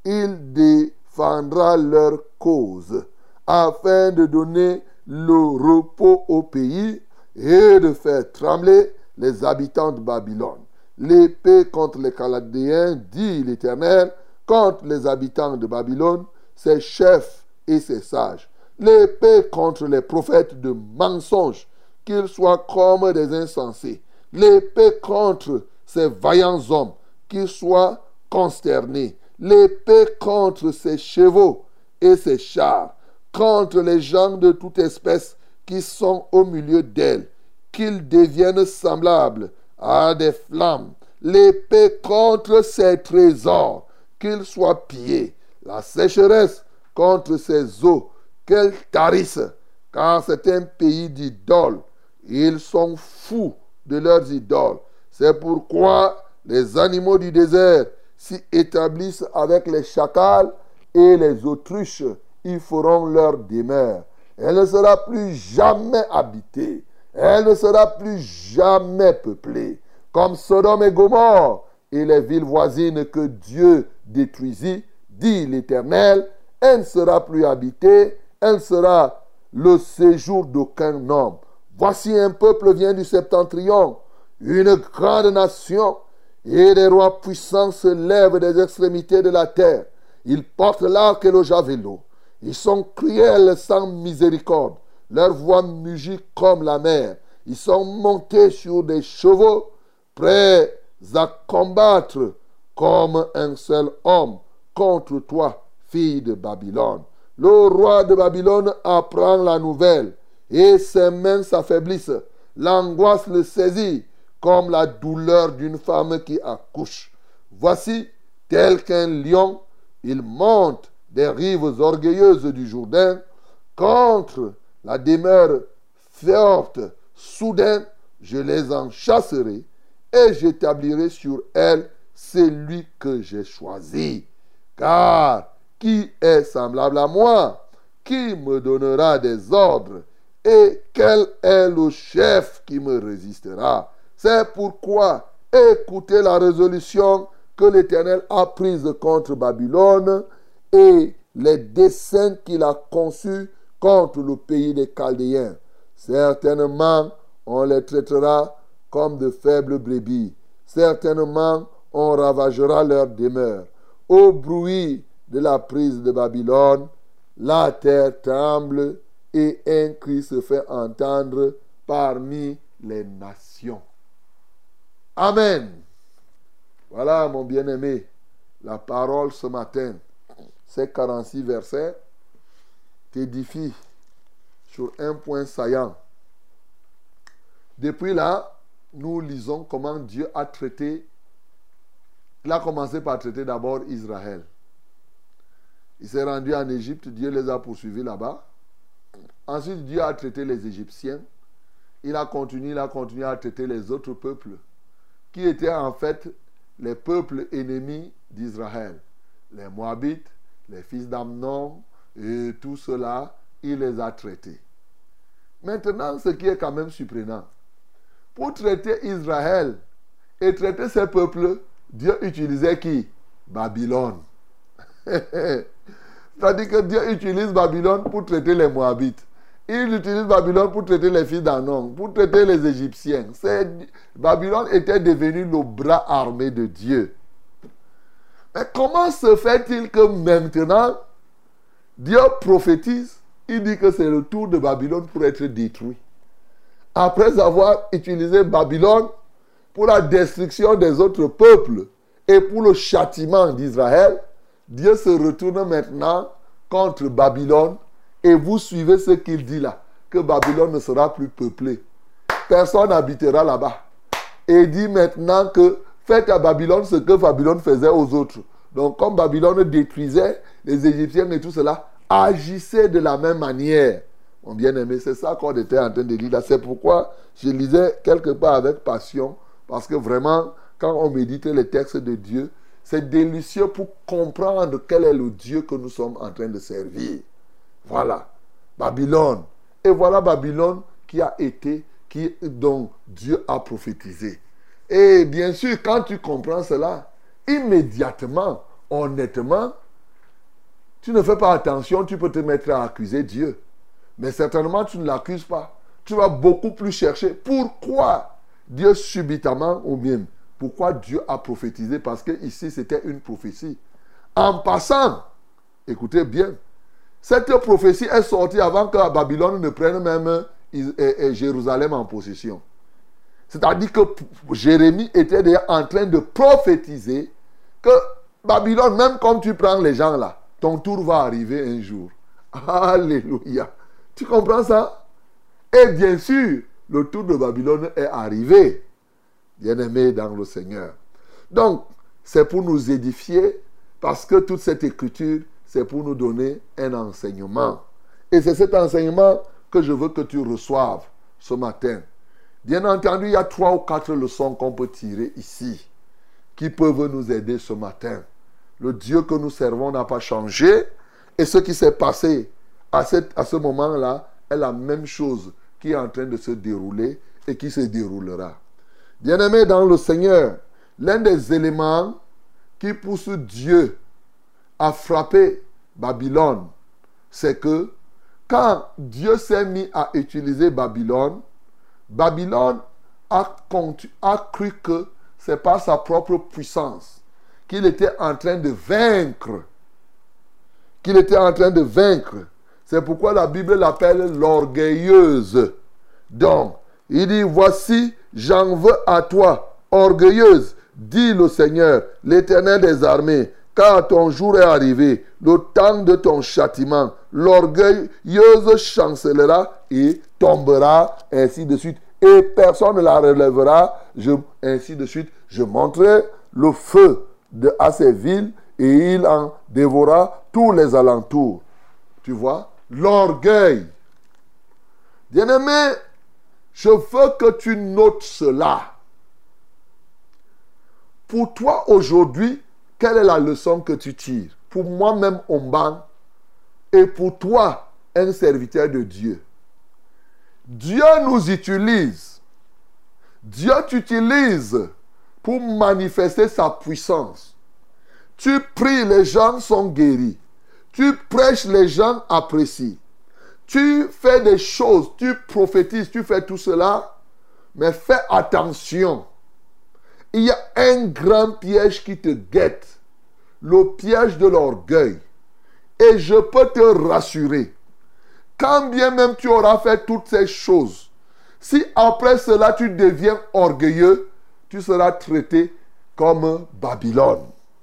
Il défendra leur cause afin de donner le repos au pays et de faire trembler les habitants de Babylone. L'épée contre les Chaldéens, dit l'Éternel, contre les habitants de Babylone, ses chefs et ses sages. L'épée contre les prophètes de mensonges, qu'ils soient comme des insensés. L'épée contre ces vaillants hommes, qu'ils soient consternés. L'épée contre ces chevaux et ces chars, contre les gens de toute espèce qui sont au milieu d'elles, qu'ils deviennent semblables à des flammes. L'épée contre ces trésors, qu'ils soient pillés. La sécheresse contre ces eaux, qu'elles tarissent, car c'est un pays d'idoles. Ils sont fous de leurs idoles. C'est pourquoi les animaux du désert s'y établissent avec les chacals et les autruches. Ils feront leur demeure. Elle ne sera plus jamais habitée. Elle ne sera plus jamais peuplée. Comme Sodome et Gomorrhe et les villes voisines que Dieu détruisit, dit l'Éternel, elle ne sera plus habitée, elle sera le séjour d'aucun homme. Voici un peuple vient du septentrion, une grande nation, et des rois puissants se lèvent des extrémités de la terre. Ils portent l'arc et le javelot. Ils sont cruels sans miséricorde. Leur voix mugit comme la mer. Ils sont montés sur des chevaux, prêts à combattre comme un seul homme contre toi, fille de Babylone. Le roi de Babylone apprend la nouvelle et ses mains s'affaiblissent. L'angoisse le saisit comme la douleur d'une femme qui accouche. Voici, tel qu'un lion, il monte des rives orgueilleuses du Jourdain contre la demeure forte. Soudain, je les en chasserai et j'établirai sur elles celui que j'ai choisi. Car qui est semblable à moi? Qui me donnera des ordres? Et quel est le chef qui me résistera? C'est pourquoi écoutez la résolution que l'Éternel a prise contre Babylone et les desseins qu'il a conçus contre le pays des Chaldéens. Certainement, on les traitera comme de faibles brebis. Certainement, on ravagera leur demeure. Au bruit de la prise de Babylone, la terre tremble et un cri se fait entendre parmi les nations. Amen. Voilà, mon bien-aimé, la parole ce matin. Ces 46 versets t'édifient sur un point saillant. Depuis là, nous lisons comment Dieu a traité. Il a commencé par traiter d'abord Israël. Il s'est rendu en Égypte, Dieu les a poursuivis là-bas. Ensuite, Dieu a traité les Égyptiens. Il a continué à traiter les autres peuples, qui étaient en fait les peuples ennemis d'Israël. Les Moabites, les fils d'Amnon, et tout cela, il les a traités. Maintenant, ce qui est quand même surprenant, pour traiter Israël et traiter ces peuples, Dieu utilisait qui? Babylone. C'est-à-dire que Dieu utilise Babylone pour traiter les Moabites. Il utilise Babylone pour traiter les fils d'Amnon, pour traiter les Égyptiens. Babylone était devenu le bras armé de Dieu. Mais comment se fait-il que maintenant, Dieu prophétise, il dit que c'est le tour de Babylone pour être détruit. Après avoir utilisé Babylone pour la destruction des autres peuples et pour le châtiment d'Israël, Dieu se retourne maintenant contre Babylone et vous suivez ce qu'il dit là, que Babylone ne sera plus peuplée. Personne n'habitera là-bas. Et il dit maintenant que faites à Babylone ce que Babylone faisait aux autres. Donc comme Babylone détruisait les Égyptiens et tout cela, agissez de la même manière. Mon bien-aimé, c'est ça qu'on était en train de lire là. C'est pourquoi je lisais quelque part avec passion, parce que vraiment, quand on médite les textes de Dieu, c'est délicieux pour comprendre quel est le Dieu que nous sommes en train de servir. Voilà, Babylone. Et voilà Babylone dont Dieu a prophétisé. Et bien sûr, quand tu comprends cela, immédiatement, honnêtement, tu ne fais pas attention, tu peux te mettre à accuser Dieu. Mais certainement, tu ne l'accuses pas. Tu vas beaucoup plus chercher pourquoi Dieu subitement, ou bien pourquoi Dieu a prophétisé, parce que ici c'était une prophétie. En passant, écoutez bien, cette prophétie est sortie avant que Babylone ne prenne même Jérusalem en possession. C'est-à-dire que Jérémie était déjà en train de prophétiser que Babylone, même comme tu prends les gens là, ton tour va arriver un jour. Alléluia. Tu comprends ça? Et bien sûr, le tour de Babylone est arrivé, bien-aimé dans le Seigneur. Donc, c'est pour nous édifier, parce que toute cette écriture, c'est pour nous donner un enseignement. Et c'est cet enseignement que je veux que tu reçoives ce matin. Bien entendu, il y a 3 ou 4 leçons qu'on peut tirer ici, qui peuvent nous aider ce matin. Le Dieu que nous servons n'a pas changé, et ce qui s'est passé à ce moment-là est la même chose qui est en train de se dérouler et qui se déroulera. Bien-aimés dans le Seigneur, l'un des éléments qui pousse Dieu à frapper Babylone, c'est que quand Dieu s'est mis à utiliser Babylone, Babylone a cru que c'est par sa propre puissance qu'il était en train de vaincre. C'est pourquoi la Bible l'appelle l'orgueilleuse. Donc, il dit, voici, j'en veux à toi, orgueilleuse, dit le Seigneur, l'Éternel des armées, car ton jour est arrivé, le temps de ton châtiment. L'orgueilleuse chancellera et tombera, ainsi de suite. Et personne ne la relèvera, ainsi de suite. Je montrerai le feu à ces villes et il en dévorera tous les alentours. Tu vois, l'orgueil. Bien-aimé, je veux que tu notes cela. Pour toi aujourd'hui, quelle est la leçon que tu tires? Pour moi-même, Omban, et pour toi, un serviteur de Dieu. Dieu nous utilise. Dieu t'utilise pour manifester sa puissance. Tu pries, les gens sont guéris. Tu prêches, les gens apprécient. Tu fais des choses, tu prophétises, tu fais tout cela, mais fais attention. Il y a un grand piège qui te guette, le piège de l'orgueil. Et je peux te rassurer, quand bien même tu auras fait toutes ces choses, si après cela tu deviens orgueilleux, tu seras traité comme Babylone.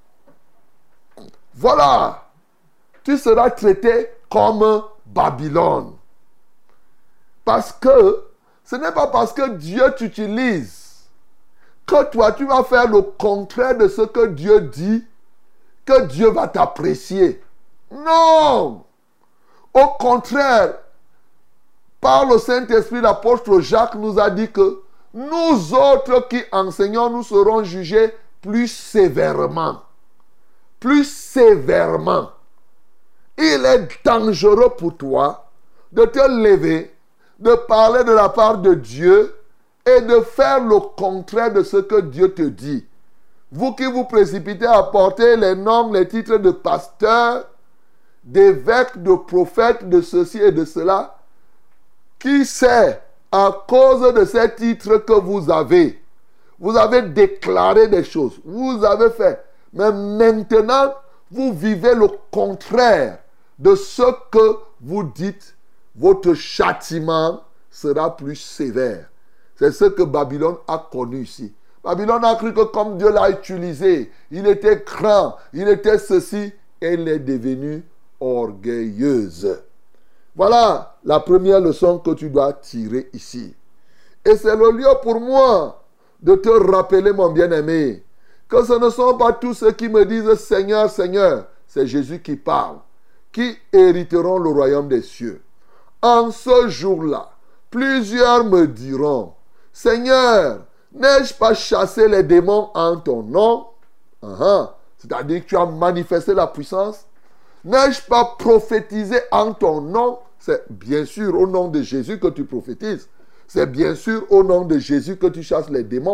Voilà, tu seras traité comme Babylone. Parce que ce n'est pas parce que Dieu t'utilise que toi tu vas faire le contraire de ce que Dieu dit, que Dieu va t'apprécier. Non! Au contraire, par le Saint-Esprit, l'apôtre Jacques nous a dit que nous autres qui enseignons, nous serons jugés plus sévèrement. Plus sévèrement. Il est dangereux pour toi de te lever, de parler de la part de Dieu et de faire le contraire de ce que Dieu te dit. Vous qui vous précipitez à porter les noms, les titres de pasteur, d'évêque, de prophète, de ceci et de cela, qui sait, à cause de ces titres que vous avez déclaré des choses, vous avez fait, mais maintenant, vous vivez le contraire de ce que vous dites, votre châtiment sera plus sévère. C'est ce que Babylone a connu ici. Babylone a cru que comme Dieu l'a utilisé, il était grand, il était ceci, et il est devenu orgueilleuse. Voilà la première leçon que tu dois tirer ici. Et c'est le lieu pour moi de te rappeler, mon bien-aimé, que ce ne sont pas tous ceux qui me disent Seigneur, Seigneur, c'est Jésus qui parle, qui hériteront le royaume des cieux. En ce jour-là, plusieurs me diront, Seigneur, n'ai-je pas chassé les démons en ton nom? C'est-à-dire que tu as manifesté la puissance. N'ai-je pas prophétisé en ton nom? C'est bien sûr au nom de Jésus que tu prophétises. C'est bien sûr au nom de Jésus que tu chasses les démons.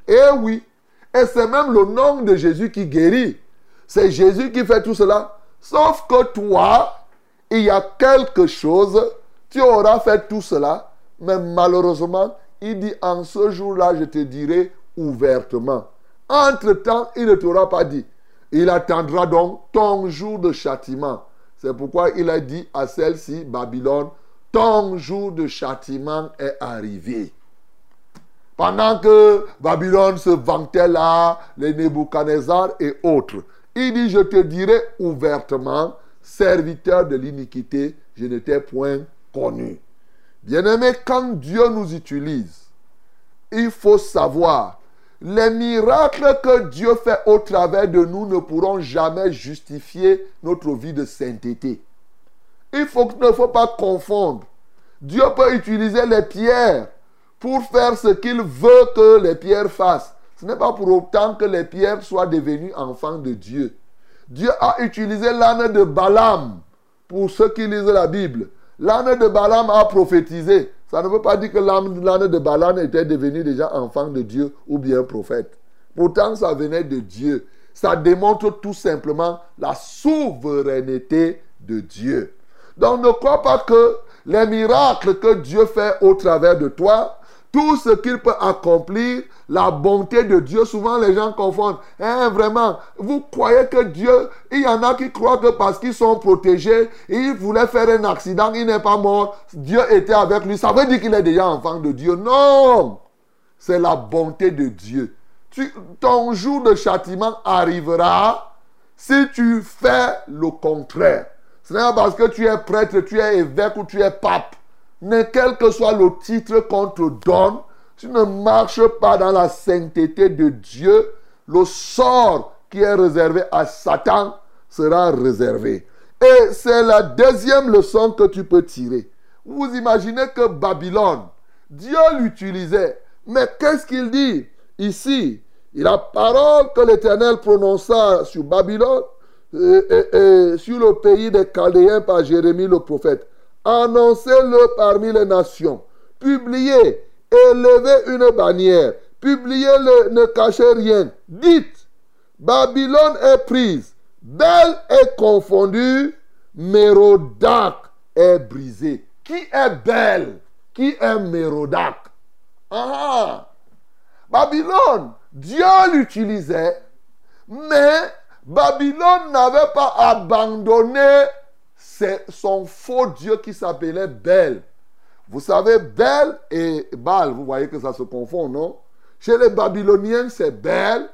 Eh oui. Et c'est même le nom de Jésus qui guérit. C'est Jésus qui fait tout cela. Sauf que toi, il y a quelque chose, tu auras fait tout cela, mais malheureusement, il dit en ce jour-là, je te dirai ouvertement. Entre-temps, il ne t'aura pas dit. Il attendra donc ton jour de châtiment. C'est pourquoi il a dit à celle-ci, Babylone, ton jour de châtiment est arrivé. Pendant que Babylone se vantait là, les Nebuchadnezzar et autres, il dit, je te dirai ouvertement, serviteur de l'iniquité, je ne t'ai point connu. Bien-aimé, quand Dieu nous utilise, il faut savoir, les miracles que Dieu fait au travers de nous ne pourront jamais justifier notre vie de sainteté. Il ne faut pas confondre. Dieu peut utiliser les pierres pour faire ce qu'il veut que les pierres fassent. Ce n'est pas pour autant que les pierres soient devenues enfants de Dieu. Dieu a utilisé l'âne de Balaam, pour ceux qui lisent la Bible. L'âne de Balaam a prophétisé. Ça ne veut pas dire que l'âne de Balaam était devenu déjà enfant de Dieu ou bien prophète. Pourtant, ça venait de Dieu. Ça démontre tout simplement la souveraineté de Dieu. Donc, ne crois pas que les miracles que Dieu fait au travers de toi, tout ce qu'il peut accomplir, la bonté de Dieu, souvent les gens confondent. Vraiment, vous croyez que Dieu, il y en a qui croient que parce qu'ils sont protégés, il voulait faire un accident, il n'est pas mort, Dieu était avec lui. Ça veut dire qu'il est déjà enfant de Dieu. Non! C'est la bonté de Dieu. Ton jour de châtiment arrivera si tu fais le contraire. Ce n'est pas parce que tu es prêtre, tu es évêque ou tu es pape. Quel que soit le titre qu'on te donne, tu ne marches pas dans la sainteté de Dieu, le sort qui est réservé à Satan sera réservé. Et c'est la deuxième leçon que tu peux tirer. Vous imaginez que Babylone, Dieu l'utilisait. Mais qu'est-ce qu'il dit ici? La parole que l'Éternel prononça sur Babylone et sur le pays des Chaldéens par Jérémie le prophète. Annoncez-le parmi les nations. Publiez, élevez une bannière. Publiez-le, ne cachez rien. Dites, Babylone est prise, Bel est confondue, Mérodach est brisé. Qui est Bel? Qui est Mérodach? Babylone, Dieu l'utilisait, mais Babylone n'avait pas abandonné son faux Dieu qui s'appelait Bel. Vous savez, Bel et Baal, vous voyez que ça se confond, non? Chez les Babyloniens, c'est Bel.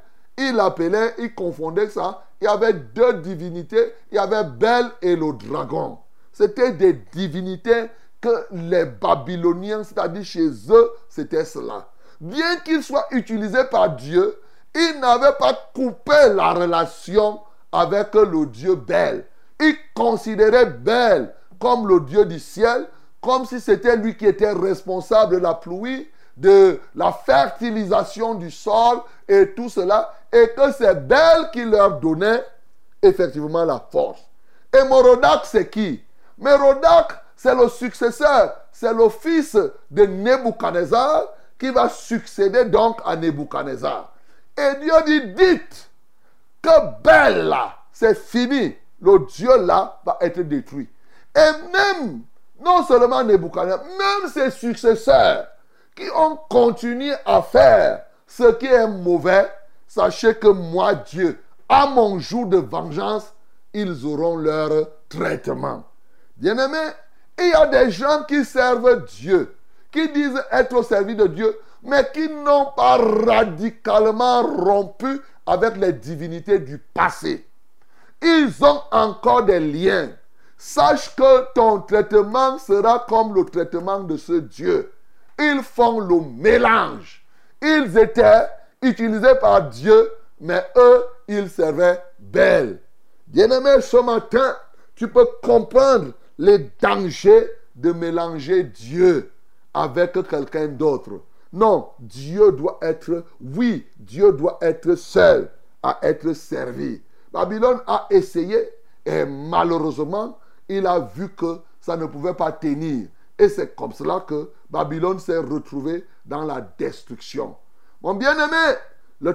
Ils confondaient ça. Il y avait deux divinités. Il y avait Bel et le dragon. C'était des divinités que les Babyloniens, c'est-à-dire chez eux, c'était cela. Bien qu'ils soient utilisés par Dieu, ils n'avaient pas coupé la relation avec le Dieu Bel. Ils considéraient Bel comme le Dieu du ciel, comme si c'était lui qui était responsable de la pluie, de la fertilisation du sol et tout cela, et que c'est Bel qui leur donnait effectivement la force. Et Mérodach, c'est qui? Mérodach, c'est le successeur, c'est le fils de Nebuchadnezzar qui va succéder donc à Nebuchadnezzar. Et Dieu dit, dites que Bel là, c'est fini. Le Dieu là va être détruit. Et même, non seulement Nebuchadnezzar, même ses successeurs qui ont continué à faire ce qui est mauvais, sachez que moi, Dieu, à mon jour de vengeance, ils auront leur traitement. Bien-aimés, il y a des gens qui servent Dieu, qui disent être au service de Dieu, mais qui n'ont pas radicalement rompu avec les divinités du passé. Ils ont encore des liens. Sache que ton traitement sera comme le traitement de ce Dieu. Ils font le mélange. Ils étaient utilisés par Dieu, mais eux, ils servaient Bel. Bien-aimé, ce matin, tu peux comprendre les dangers de mélanger Dieu avec quelqu'un d'autre. Non, Dieu doit être, Dieu doit être seul à être servi. Babylone a essayé et malheureusement, il a vu que ça ne pouvait pas tenir. Et c'est comme cela que Babylone s'est retrouvée dans la destruction. Mon bien-aimé, la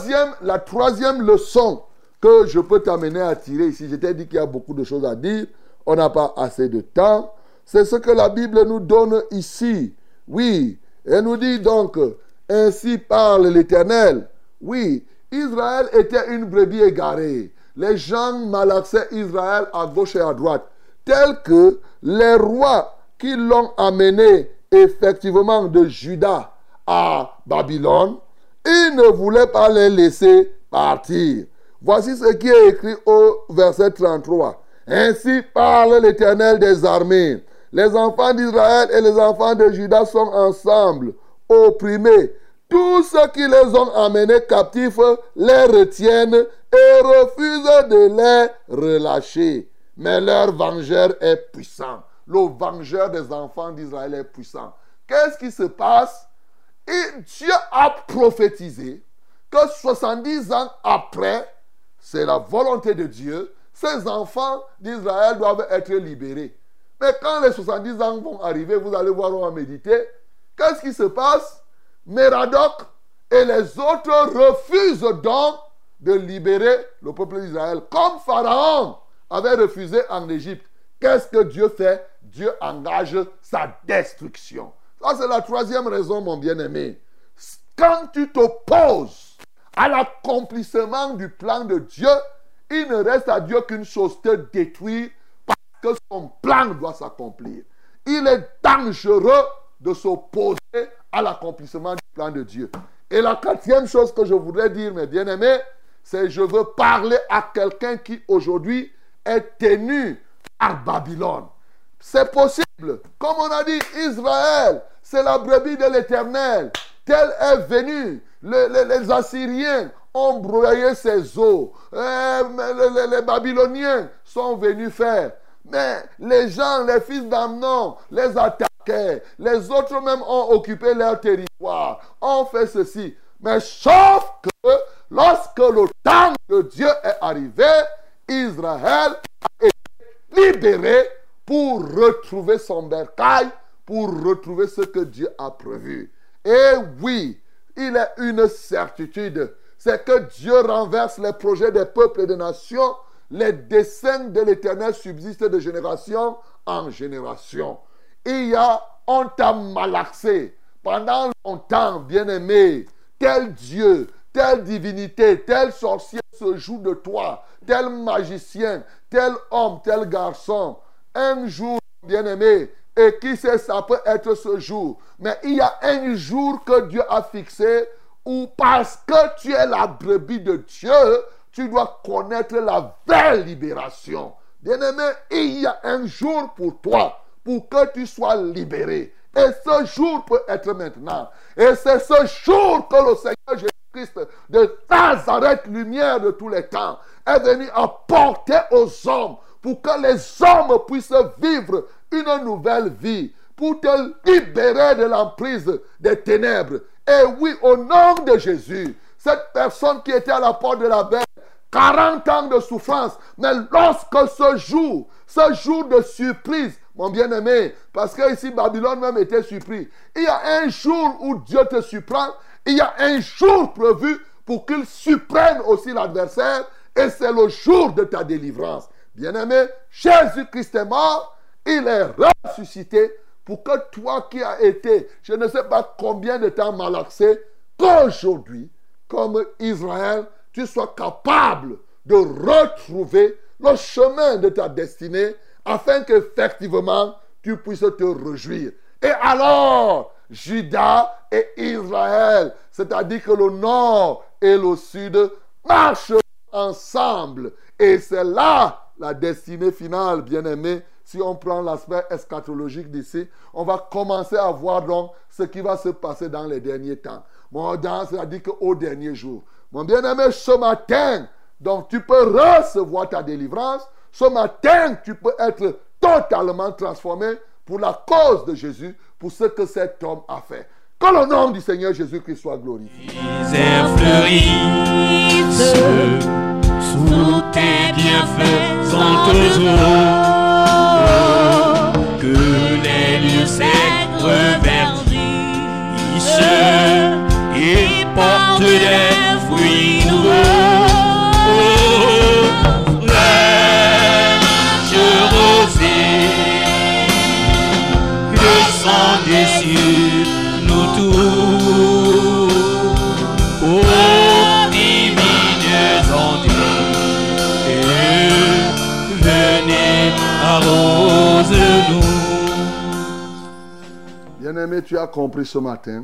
troisième leçon que je peux t'amener à tirer ici, je t'ai dit qu'il y a beaucoup de choses à dire, on n'a pas assez de temps, c'est ce que la Bible nous donne ici. Oui, elle nous dit donc, ainsi parle l'Éternel. Oui, Israël était une brebis égarée. Les gens malaxaient Israël à gauche et à droite, tels que les rois qui l'ont amené effectivement de Juda à Babylone, ils ne voulaient pas les laisser partir. Voici ce qui est écrit au verset 33. Ainsi parle l'Éternel des armées. Les enfants d'Israël et les enfants de Juda sont ensemble, opprimés. Tous ceux qui les ont amenés captifs les retiennent et refusent de les relâcher. Mais leur vengeur est puissant. Le vengeur des enfants d'Israël est puissant. Qu'est-ce qui se passe? Et Dieu a prophétisé que 70 ans après, c'est la volonté de Dieu, ces enfants d'Israël doivent être libérés. Mais quand les 70 ans vont arriver, vous allez voir, on va méditer. Qu'est-ce qui se passe? Méradoc et les autres refusent donc de libérer le peuple d'Israël. Comme Pharaon avait refusé en Égypte. Qu'est-ce que Dieu fait? Dieu engage sa destruction. Ça, c'est la troisième raison, mon bien-aimé. Quand tu t'opposes à l'accomplissement du plan de Dieu, il ne reste à Dieu qu'une chose, te détruire, parce que son plan doit s'accomplir. Il est dangereux de s'opposer à l'accomplissement du plan de Dieu. Et la quatrième chose que je voudrais dire, mes bien-aimés, c'est je veux parler à quelqu'un qui aujourd'hui est tenu par Babylone. C'est possible. Comme on a dit, Israël, c'est la brebis de l'Éternel. Tel est venu. Les Assyriens ont broyé ses os. Les Babyloniens sont venus faire. Mais les gens, les fils d'Amnon, les attaquaient. Les autres même ont occupé leur territoire. Ont fait ceci. Mais sauf que lorsque le temps de Dieu est arrivé, Israël a été libéré pour retrouver son bercail, pour retrouver ce que Dieu a prévu. Et oui, il est une certitude, c'est que Dieu renverse les projets des peuples et des nations. Les desseins de l'Éternel subsistent de génération en génération. On t'a malaxé pendant longtemps, bien-aimé. Tel Dieu, telle divinité, tel sorcier se joue de toi, tel magicien, tel homme, tel garçon. Un jour, bien-aimé, et qui sait, ça peut être ce jour. Mais il y a un jour que Dieu a fixé où parce que tu es la brebis de Dieu, tu dois connaître la vraie libération. Bien-aimé, il y a un jour pour toi, pour que tu sois libéré. Et ce jour peut être maintenant. Et c'est ce jour que le Seigneur Jésus-Christ de Nazareth, lumière de tous les temps, est venu apporter aux hommes pour que les hommes puissent vivre une nouvelle vie, pour te libérer de l'emprise des ténèbres. Et oui, au nom de Jésus, cette personne qui était à la porte de la bête, 40 ans de souffrance, mais lorsque ce jour de surprise, mon bien-aimé, parce que ici Babylone même était surpris, il y a un jour où Dieu te surprend, il y a un jour prévu pour qu'il surprenne aussi l'adversaire, et c'est le jour de ta délivrance. Bien-aimé, Jésus-Christ est mort, il est ressuscité pour que toi qui as été, je ne sais pas combien de temps malaxé, qu'aujourd'hui, comme Israël, tu sois capable de retrouver le chemin de ta destinée afin qu'effectivement tu puisses te réjouir. Et alors, Juda et Israël, c'est-à-dire que le nord et le sud marchent ensemble. Et c'est là la destinée finale, bien-aimé. Si on prend l'aspect eschatologique d'ici, on va commencer à voir donc ce qui va se passer dans les derniers temps. C'est-à-dire qu'au dernier jour. Mon bien-aimé, ce matin, donc tu peux recevoir ta délivrance. Ce matin, tu peux être totalement transformé pour la cause de Jésus, pour ce que cet homme a fait. Que le nom du Seigneur Jésus-Christ soit glorifié. Les airs fleurissent sous tes bienfaisantes eaux, que les lieux secs reverdissent et des fruits nouveaux. Fraîche rosée, descendez sur nous tous. Ô divines ondes, venez arrose-nous. Bien-aimé, tu as compris ce matin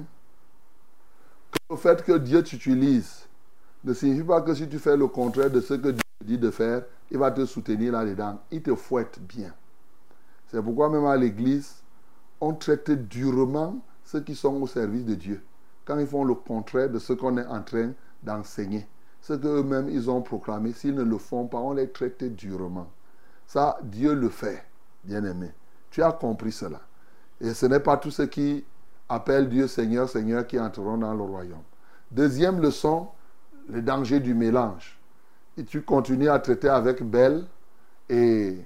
que le fait que Dieu t'utilise ne signifie pas que si tu fais le contraire de ce que Dieu te dit de faire, il va te soutenir là-dedans. Il te fouette bien. C'est pourquoi même à l'église, on traite durement ceux qui sont au service de Dieu. Quand ils font le contraire de ce qu'on est en train d'enseigner. Ce qu'eux-mêmes ils ont proclamé, s'ils ne le font pas, on les traite durement. Ça, Dieu le fait, bien-aimé. Tu as compris cela. Et ce n'est pas tous ceux qui appellent Dieu Seigneur, Seigneur qui entreront dans le royaume. Deuxième leçon, le danger du mélange. Et tu continues à traiter avec Bel et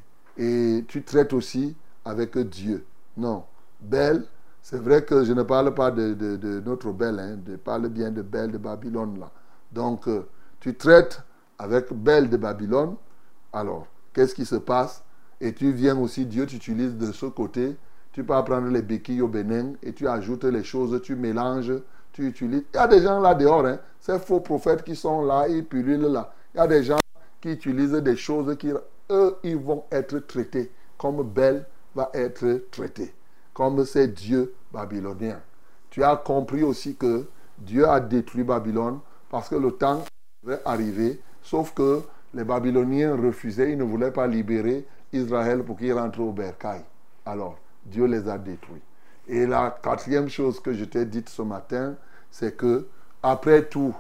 tu traites aussi avec Dieu. Non, Bel, c'est vrai que je ne parle pas de notre Bel, hein, je parle bien de Bel de Babylone là. Donc, tu traites avec Bel de Babylone. Alors, qu'est-ce qui se passe? Et tu viens aussi, Dieu t'utilise de ce côté. Tu peux prendre les béquilles au Bénin et tu ajoutes les choses, tu mélanges, tu utilises. Il y a des gens là dehors, hein, ces faux prophètes qui sont là, ils pullulent là. Il y a des gens qui utilisent des choses qui, eux, ils vont être traités comme Bel va être traité, comme ces dieux babyloniens. Tu as compris aussi que Dieu a détruit Babylone parce que le temps devait arriver, sauf que les Babyloniens refusaient, ils ne voulaient pas libérer Israël pour qu'il rentre au bercail. Alors, Dieu les a détruits. Et la quatrième chose que je t'ai dite ce matin, c'est que, après tout,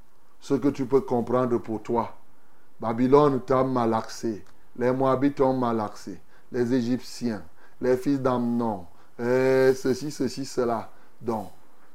ce que tu peux comprendre pour toi, Babylone t'a malaxé, les Moabites t'ont malaxé, les Égyptiens, les fils d'Amnon, ceci, cela. Donc,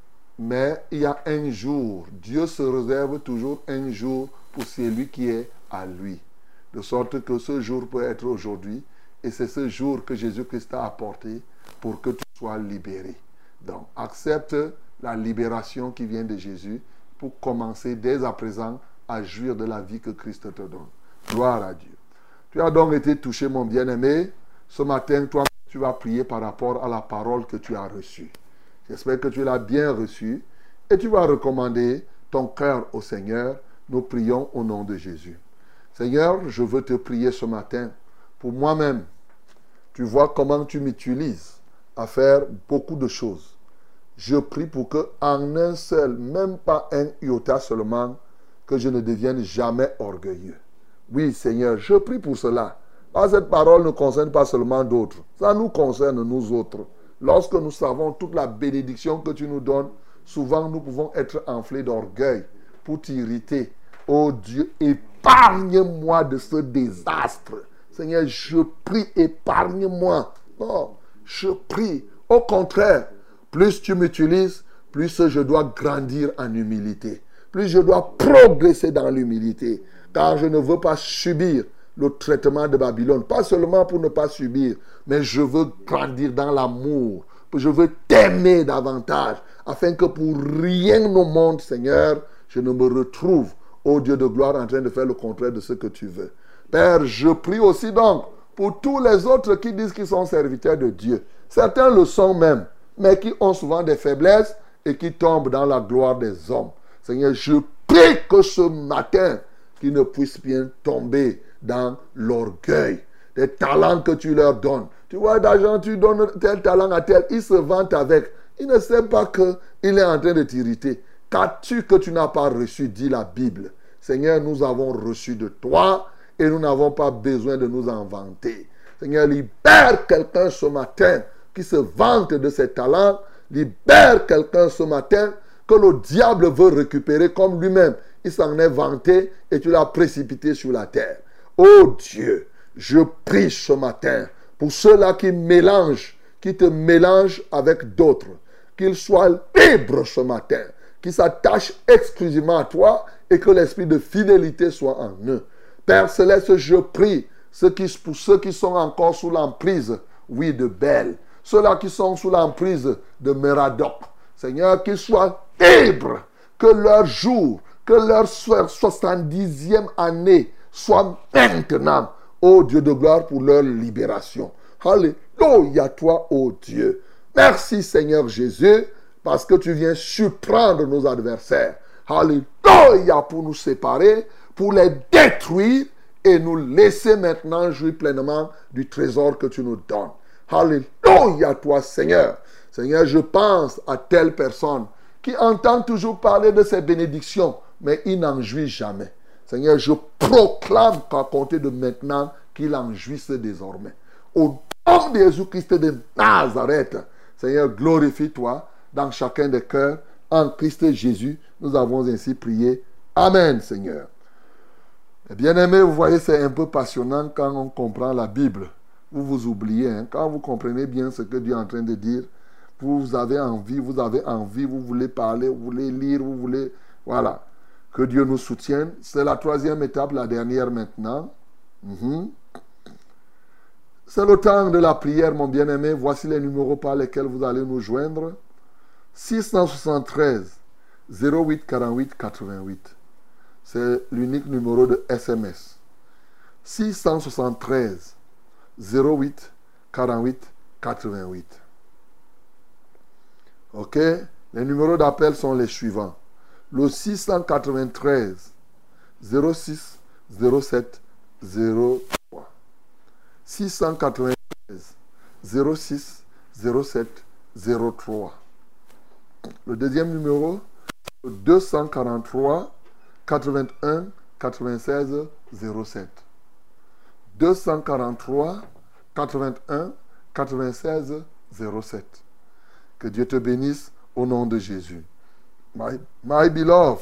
mais il y a un jour, Dieu se réserve toujours un jour pour celui qui est à lui. De sorte que ce jour peut être aujourd'hui. Et c'est ce jour que Jésus-Christ a apporté pour que tu sois libéré. Donc, accepte la libération qui vient de Jésus pour commencer dès à présent à jouir de la vie que Christ te donne. Gloire à Dieu. Tu as donc été touché, mon bien-aimé. Ce matin, toi, tu vas prier par rapport à la parole que tu as reçue. J'espère que tu l'as bien reçue et tu vas recommander ton cœur au Seigneur. Nous prions au nom de Jésus. Seigneur, je veux te prier ce matin pour moi-même. Tu vois comment tu m'utilises à faire beaucoup de choses. Je prie pour que en un seul, même pas un iota seulement, que je ne devienne jamais orgueilleux. Oui, Seigneur, je prie pour cela. Parce que cette parole ne concerne pas seulement d'autres. Ça nous concerne, nous autres. Lorsque nous savons toute la bénédiction que tu nous donnes, souvent nous pouvons être enflés d'orgueil pour t'irriter. Oh Dieu, épargne-moi de ce désastre. Seigneur, je prie, épargne-moi. Non, je prie. Au contraire, plus tu m'utilises, plus je dois grandir en humilité. Plus je dois progresser dans l'humilité. Car je ne veux pas subir le traitement de Babylone. Pas seulement pour ne pas subir, mais je veux grandir dans l'amour. Je veux t'aimer davantage. Afin que pour rien au monde, Seigneur, je ne me retrouve, ô Dieu de gloire, en train de faire le contraire de ce que tu veux. Père, je prie aussi donc pour tous les autres qui disent qu'ils sont serviteurs de Dieu. Certains le sont même, mais qui ont souvent des faiblesses et qui tombent dans la gloire des hommes. Seigneur, je prie que ce matin, qu'ils ne puissent bien tomber dans l'orgueil des talents que tu leur donnes. Tu vois, d'argent, tu donnes tel talent à tel, il se vante avec. Il ne sait pas qu'il est en train de t'irriter. Qu'as-tu que tu n'as pas reçu, dit la Bible. Seigneur, nous avons reçu de toi et nous n'avons pas besoin de nous en vanter. Seigneur, libère quelqu'un ce matin qui se vante de ses talents. Libère quelqu'un ce matin que le diable veut récupérer comme lui-même. Il s'en est vanté et tu l'as précipité sur la terre. Oh Dieu, je prie ce matin pour ceux-là qui mélangent, qui te mélangent avec d'autres. Qu'ils soient libres ce matin, qu'ils s'attachent exclusivement à toi et que l'esprit de fidélité soit en eux. Père Céleste, je prie pour ceux qui sont encore sous l'emprise, oui, de Bel, ceux-là qui sont sous l'emprise de Méradoc. Seigneur, qu'ils soient libres, que leur jour, que leur 70e année soit maintenant, ô Dieu de gloire, pour leur libération. Alléluia, toi, ô Dieu. Merci Seigneur Jésus, parce que tu viens surprendre nos adversaires. Alléluia, pour nous séparer, pour les détruire et nous laisser maintenant jouir pleinement du trésor que tu nous donnes. Alléluia, toi Seigneur. Seigneur, je pense à telle personne qui entend toujours parler de ses bénédictions, mais il n'en jouit jamais. Seigneur, je proclame qu'à compter de maintenant, qu'il en jouisse désormais. Au nom de Jésus-Christ de Nazareth, Seigneur, glorifie-toi dans chacun des cœurs. En Christ Jésus, nous avons ainsi prié. Amen, Seigneur. Bien-aimés, vous voyez, c'est un peu passionnant quand on comprend la Bible. Vous vous oubliez, hein? Quand vous comprenez bien ce que Dieu est en train de dire, vous avez envie, vous voulez parler, vous voulez lire, vous voulez... Voilà. Que Dieu nous soutienne. C'est la 3e étape, la dernière maintenant. C'est le temps de la prière, mon bien-aimé. Voici les numéros par lesquels vous allez nous joindre. 673 08 48 88. C'est l'unique numéro de SMS. 673 08 48 88. Ok? Les numéros d'appel sont les suivants. Le 693 06 07 03. 693 06 07 03. Le deuxième numéro, 243 81 96 07. 243 81 96 07. Que Dieu te bénisse au nom de Jésus. My beloved,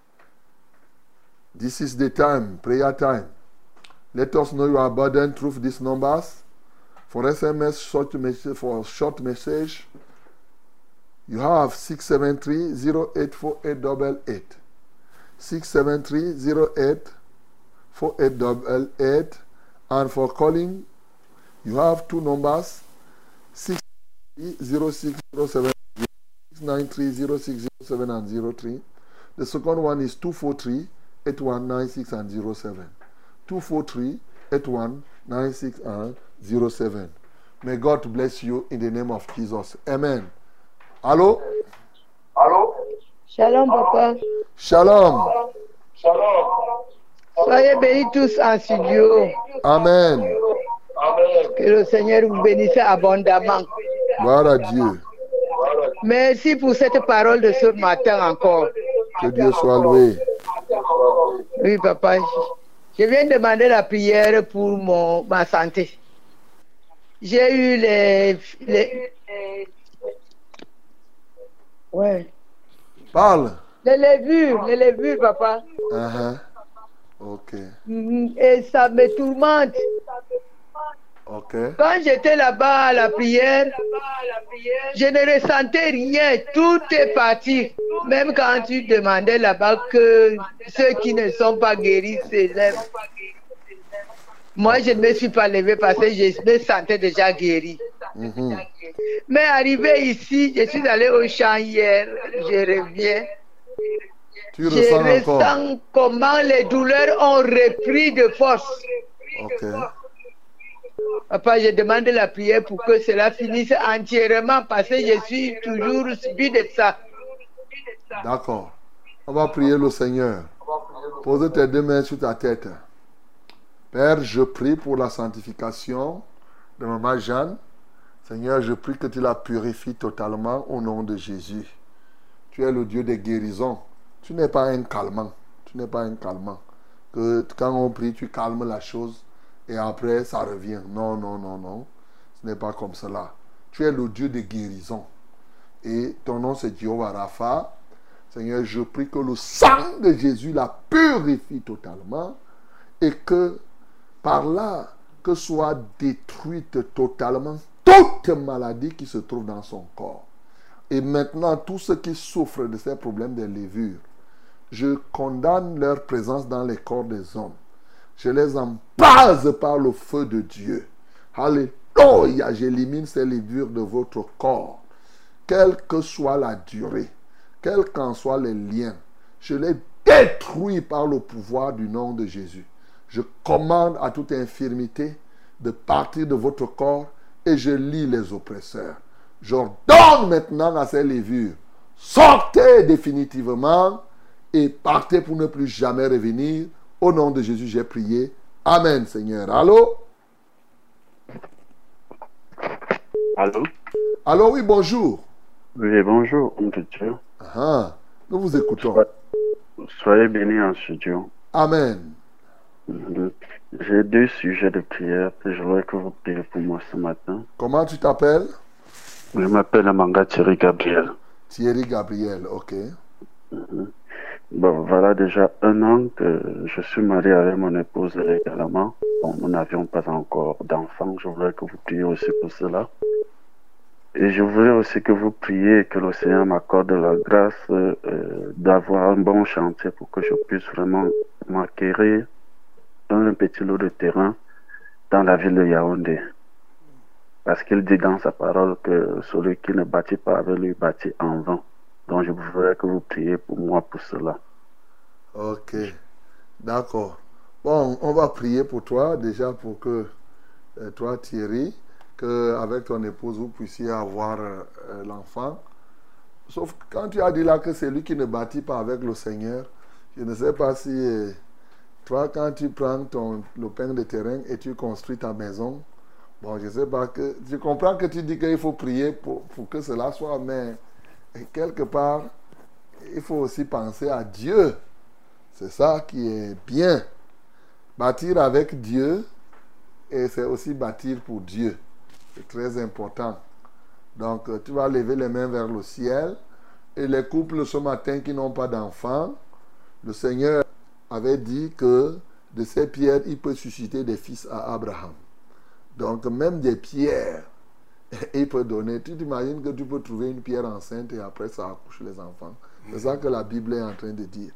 this is the time, prayer time. Let us know your burden through these numbers. For SMS, short message, you have 673-084888. 673-084888. And for calling, you have two numbers, 693-0607, 693-0607 and 03. The second one is 243-8196 and 07. 243-8196 and 07. May God bless you in the name of Jesus. Amen. Allô? Allô? Shalom, papa. Shalom. Shalom. Soyez bénis tous en studio. Amen. Que le Seigneur vous bénisse abondamment. Gloire à Dieu. Merci pour cette parole de ce matin encore. Que Dieu soit loué. Oui, papa. Je viens demander la prière pour ma santé. J'ai eu les... Ouais. Parle. Les levures, papa. Ok. Et ça me tourmente. Ok. Quand j'étais là-bas à la prière, je ne ressentais rien. Tout est parti. Même quand tu demandais là-bas que ceux qui ne sont pas guéris s'élèvent. Moi, je ne me suis pas levée parce que je me sentais déjà guéri. Mais arrivé ici, je suis allé au champ hier, je reviens. Tu ressens comment les douleurs ont repris de force. Ok. Papa, je demande la prière pour que cela finisse entièrement parce que je suis toujours subi de ça. D'accord. On va prier le Seigneur. Pose tes deux mains sur ta tête. Père, je prie pour la sanctification de maman Jeanne. Seigneur, je prie que tu la purifies totalement au nom de Jésus. Tu es le Dieu des guérisons. Tu n'es pas un calmant. Tu n'es pas un calmant. Que quand on prie, tu calmes la chose et après ça revient. Non, non, non, non. Ce n'est pas comme cela. Tu es le Dieu des guérisons. Et ton nom c'est Jéhovah Rapha. Seigneur, je prie que le sang de Jésus la purifie totalement et que par là, que soit détruite totalement toute maladie qui se trouve dans son corps. Et maintenant, tous ceux qui souffrent de ces problèmes de levure, je condamne leur présence dans les corps des hommes. Je les embrase par le feu de Dieu. Alléluia, j'élimine ces levures de votre corps. Quelle que soit la durée, quels qu'en soient les liens, je les détruis par le pouvoir du nom de Jésus. Je commande à toute infirmité de partir de votre corps et je lie les oppresseurs. J'ordonne maintenant à ces levures, sortez définitivement et partez pour ne plus jamais revenir. Au nom de Jésus, j'ai prié. Amen, Seigneur. Allô? Allô? Allô, oui, bonjour. Oui, bonjour, homme de Dieu. Nous vous écoutons. Soyez bénis en studio. Amen. J'ai 2 sujets de prière que je voudrais que vous priez pour moi ce matin. Comment tu t'appelles? Je m'appelle Amanga Thierry Gabriel. Thierry Gabriel, ok. Bon, voilà déjà 1 an que je suis marié avec mon épouse également. Bon, nous n'avions pas encore d'enfants. Je voudrais que vous priez aussi pour cela. Et je voudrais aussi que vous priez que le Seigneur m'accorde la grâce d'avoir un bon chantier pour que je puisse vraiment m'acquérir un petit lot de terrain dans la ville de Yaoundé. Parce qu'il dit dans sa parole que celui qui ne bâtit pas avec lui bâtit en vain. Donc je voudrais que vous priez pour moi pour cela. Ok, d'accord. Bon, on va prier pour toi, déjà pour que toi Thierry, qu'avec ton épouse vous puissiez avoir l'enfant. Sauf que quand tu as dit là que c'est lui qui ne bâtit pas avec le Seigneur, je ne sais pas si toi quand tu prends le pain de terrain et tu construis ta maison, bon je ne sais pas, je comprends que tu dis qu'il faut prier pour que cela soit, mais quelque part, il faut aussi penser à Dieu. C'est ça qui est bien. Bâtir avec Dieu, et c'est aussi bâtir pour Dieu. C'est très important. Donc, tu vas lever les mains vers le ciel. Et les couples ce matin qui n'ont pas d'enfants, le Seigneur avait dit que de ces pierres, il peut susciter des fils à Abraham. Donc, même des pierres, il peut donner. Tu t'imagines que tu peux trouver une pierre enceinte et après ça accouche les enfants. C'est ça que la Bible est en train de dire.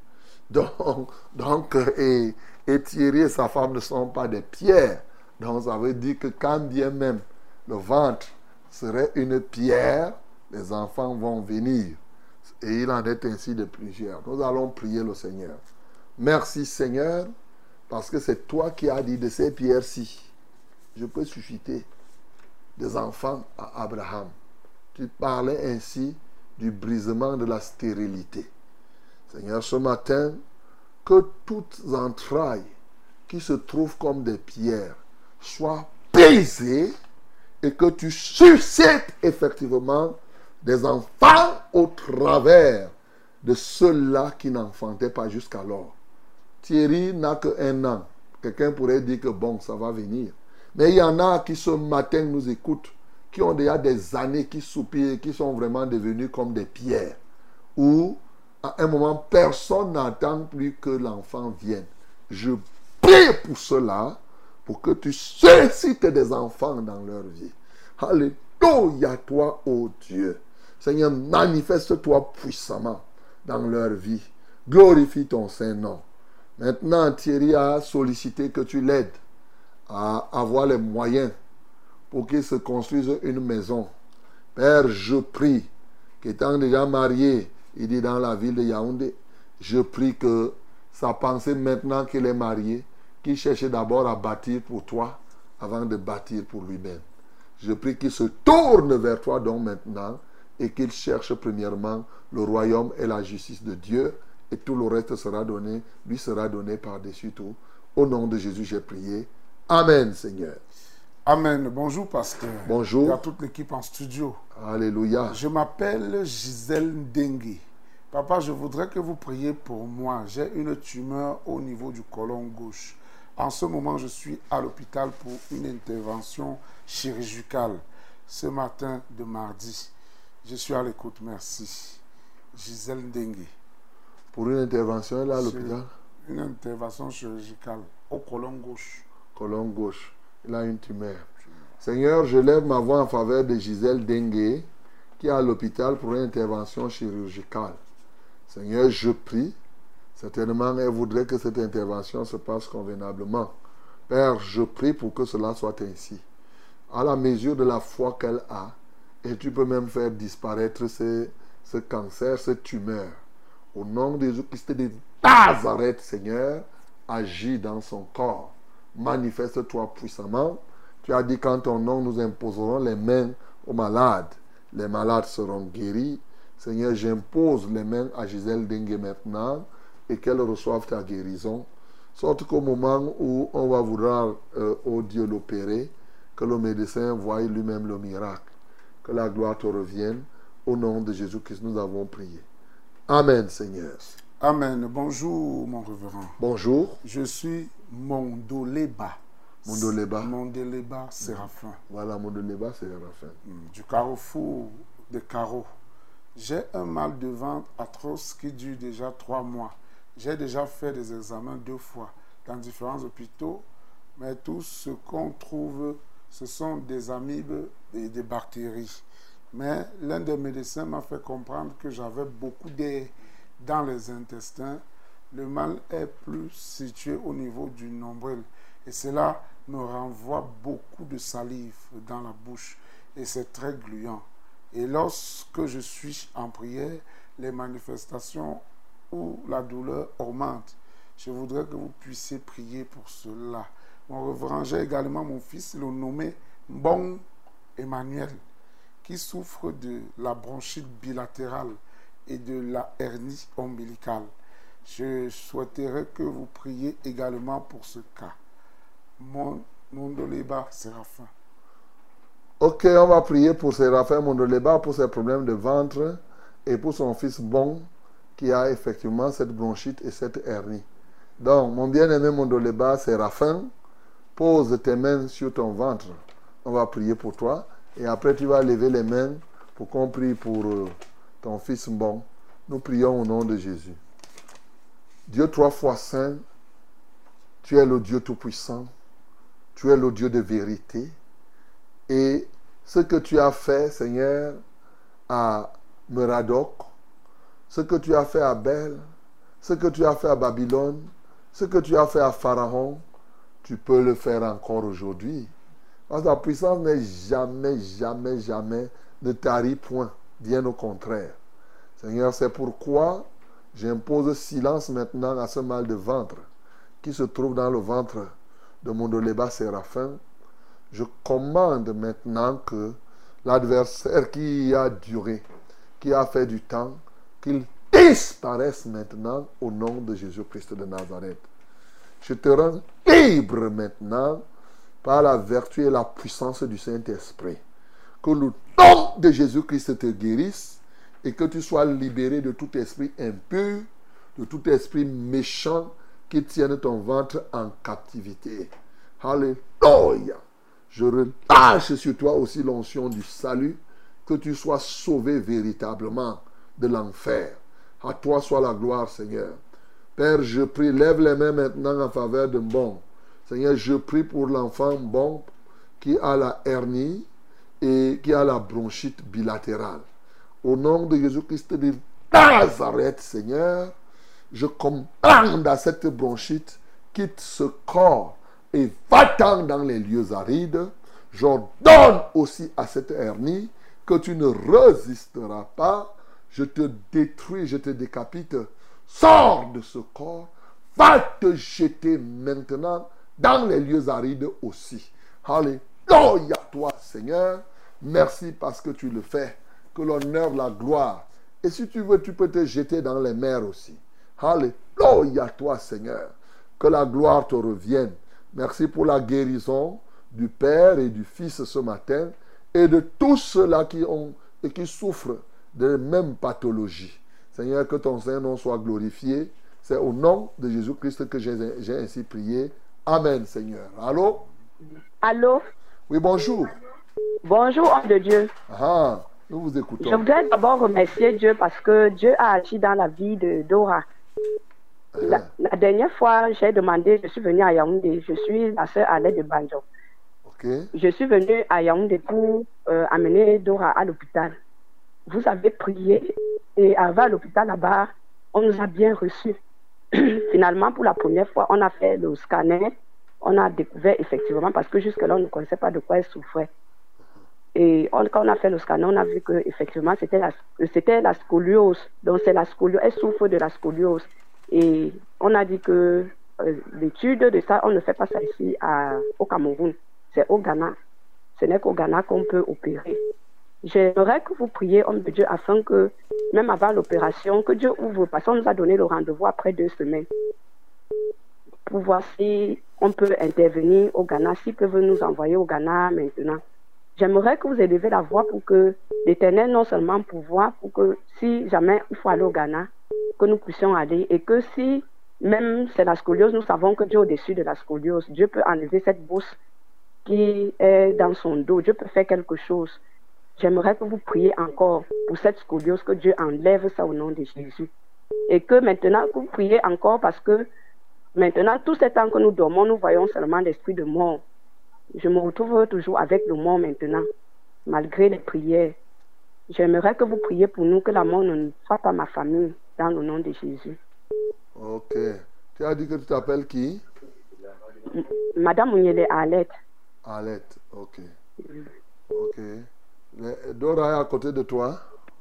Donc et Thierry et sa femme ne sont pas des pierres. Donc, ça veut dire que quand bien même le ventre serait une pierre, les enfants vont venir. Et il en est ainsi de plusieurs. Nous allons prier le Seigneur. Merci Seigneur, parce que c'est toi qui as dit de ces pierres-ci, je peux susciter des enfants à Abraham. Tu parlais ainsi du brisement de la stérilité. Seigneur, ce matin, que toutes entrailles qui se trouvent comme des pierres soient brisées et que tu suscites effectivement des enfants au travers de ceux-là qui n'enfantaient pas jusqu'alors. Thierry n'a que 1 an. Quelqu'un pourrait dire que bon, ça va venir. Mais il y en a qui ce matin nous écoutent, qui ont déjà des années, qui soupirent, qui sont vraiment devenus comme des pierres. Où, à un moment, personne n'attend plus que l'enfant vienne. Je prie pour cela, pour que tu suscites des enfants dans leur vie. Alléluia, toi, ô Dieu. Seigneur, manifeste-toi puissamment dans leur vie. Glorifie ton Saint-Nom. Maintenant, Thierry a sollicité que tu l'aides à avoir les moyens pour qu'il se construise une maison. Père, je prie qu'étant déjà marié, il dit dans la ville de Yaoundé, je prie que sa pensée maintenant qu'il est marié, qu'il cherche d'abord à bâtir pour toi avant de bâtir pour lui-même. Je prie qu'il se tourne vers toi donc maintenant et qu'il cherche premièrement le royaume et la justice de Dieu et tout le reste sera donné, lui sera donné par-dessus tout. Au nom de Jésus, j'ai prié. Amen, Seigneur. Amen. Bonjour, pasteur. Bonjour. Il y a toute l'équipe en studio. Alléluia. Je m'appelle Gisèle Ndengue. Papa, je voudrais que vous priez pour moi. J'ai une tumeur au niveau du côlon gauche. En ce moment, je suis à l'hôpital pour une intervention chirurgicale. Ce matin de mardi. Je suis à l'écoute. Merci. Gisèle Ndengue. Pour une intervention là à l'hôpital? Une intervention chirurgicale au côlon gauche. Côlon gauche. Il a une tumeur. Seigneur, je lève ma voix en faveur de Gisèle Dengue qui est à l'hôpital pour une intervention chirurgicale. Seigneur, je prie. Certainement, elle voudrait que cette intervention se passe convenablement. Père, je prie pour que cela soit ainsi. À la mesure de la foi qu'elle a, et tu peux même faire disparaître ce cancer, cette tumeur. Au nom de Jésus-Christ de Nazareth, Seigneur, agis dans son corps. Manifeste-toi puissamment. Tu as dit qu'en ton nom, nous imposerons les mains aux malades. Les malades seront guéris. Seigneur, j'impose les mains à Gisèle Dengue maintenant et qu'elle reçoive ta guérison. Sorte qu'au moment où on va vouloir, oh Dieu, l'opérer, que le médecin voie lui-même le miracle. Que la gloire te revienne. Au nom de Jésus-Christ, nous avons prié. Amen, Seigneur. Amen. Bonjour, mon révérend. Bonjour. Je suis Mondoleba. Mondoleba. Mondoleba Séraphin. Voilà, Mondoleba Séraphin. Du carrefour de Carreau. J'ai un mal de ventre atroce qui dure déjà 3 mois. J'ai déjà fait des examens 2 fois dans différents hôpitaux, mais tout ce qu'on trouve, ce sont des amibes et des bactéries. Mais l'un des médecins m'a fait comprendre que j'avais beaucoup d'air dans les intestins. Le mal est plus situé au niveau du nombril et cela me renvoie beaucoup de salive dans la bouche et c'est très gluant. Et lorsque je suis en prière, les manifestations ou la douleur augmente. Je voudrais que vous puissiez prier pour cela. Mon révérend, j'ai également mon fils, le nommé Bon Emmanuel, qui souffre de la bronchite bilatérale et de la hernie ombilicale. Je souhaiterais que vous priez également pour ce cas. Mondoleba Séraphin. Ok, on va prier pour Séraphin Mondoleba pour ses problèmes de ventre et pour son fils Bon qui a effectivement cette bronchite et cette hernie. Donc, mon bien-aimé Mondoleba Séraphin, pose tes mains sur ton ventre. On va prier pour toi. Et après, tu vas lever les mains pour qu'on prie pour ton fils Bon. Nous prions au nom de Jésus. Dieu 3 fois saint, tu es le Dieu tout-puissant. Tu es le Dieu de vérité. Et ce que tu as fait, Seigneur, à Meradok, ce que tu as fait à Bel, ce que tu as fait à Babylone, ce que tu as fait à Pharaon, tu peux le faire encore aujourd'hui. Parce que la puissance n'est jamais, jamais, jamais ne tarit point. Bien au contraire. Seigneur, c'est pourquoi j'impose silence maintenant à ce mal de ventre qui se trouve dans le ventre de Mondoleba Séraphin. Je commande maintenant que l'adversaire qui a duré, qui a fait du temps, qu'il disparaisse maintenant au nom de Jésus-Christ de Nazareth. Je te rends libre maintenant par la vertu et la puissance du Saint-Esprit. Que le nom de Jésus-Christ te guérisse et que tu sois libéré de tout esprit impur, de tout esprit méchant qui tienne ton ventre en captivité. Alléluia. Je relâche sur toi aussi l'onction du salut, que tu sois sauvé véritablement de l'enfer. À toi soit la gloire, Seigneur. Père, je prie, lève les mains maintenant en faveur de Bon. Seigneur, je prie pour l'enfant Bon qui a la hernie et qui a la bronchite bilatérale. Au nom de Jésus-Christ de Nazareth, Seigneur, je commande à cette bronchite, quitte ce corps et va-t'en dans les lieux arides. J'ordonne aussi à cette hernie que tu ne résisteras pas. Je te détruis, je te décapite. Sors de ce corps, va te jeter maintenant dans les lieux arides aussi. Alléluia toi, Seigneur. Merci parce que tu le fais. Que l'honneur, la gloire. Et si tu veux, tu peux te jeter dans les mers aussi. Alléluia toi, Seigneur. Que la gloire te revienne. Merci pour la guérison du Père et du Fils ce matin et de tous ceux-là qui ont et qui souffrent de mêmes pathologies. Seigneur, que ton Saint-Nom soit glorifié. C'est au nom de Jésus-Christ que j'ai ainsi prié. Amen, Seigneur. Allô? Allô? Oui, bonjour. Bonjour, homme de Dieu. Ah, nous vous écoutons. Je voudrais d'abord remercier Dieu parce que Dieu a agi dans la vie de Dora. La dernière fois, j'ai demandé, je suis venue à Yaoundé. Je suis la sœur Alain de Banjo. Okay. Je suis venue à Yaoundé pour amener Dora à l'hôpital. Vous avez prié et arrivé à l'hôpital là-bas, on nous a bien reçus. Finalement, pour la première fois, on a fait le scanner. On a découvert effectivement, parce que jusque-là, on ne connaissait pas de quoi elle souffrait. Et quand on a fait le scanner, on a vu qu'effectivement, c'était la scoliose. Donc, c'est la scoliose. Elle souffre de la scoliose. Et on a dit que l'étude de ça, on ne fait pas ça ici au Cameroun. C'est au Ghana. Ce n'est qu'au Ghana qu'on peut opérer. J'aimerais que vous priez, homme de Dieu, afin que, même avant l'opération, que Dieu ouvre, parce qu'on nous a donné le rendez-vous après 2 semaines, pour voir si on peut intervenir au Ghana, s'ils peuvent nous envoyer au Ghana maintenant. J'aimerais que vous élevez la voix pour que l'Éternel non seulement pouvoir, pour que si jamais il faut aller au Ghana, que nous puissions aller, et que si même c'est la scoliose, nous savons que Dieu est au-dessus de la scoliose. Dieu peut enlever cette bourse qui est dans son dos. Dieu peut faire quelque chose. J'aimerais que vous priez encore pour cette scoliose, que Dieu enlève ça au nom de Jésus. Et que maintenant, que vous priez encore parce que maintenant, tout ce temps que nous dormons, nous voyons seulement l'esprit de mort. Je me retrouve toujours avec le mort maintenant, malgré les prières. J'aimerais que vous priez pour nous, que la mort ne soit pas ma famille, dans le nom de Jésus. Ok. Tu as dit que tu t'appelles qui? Madame Mouniele Alette. Alette, ok. Ok. Dora est à côté de toi?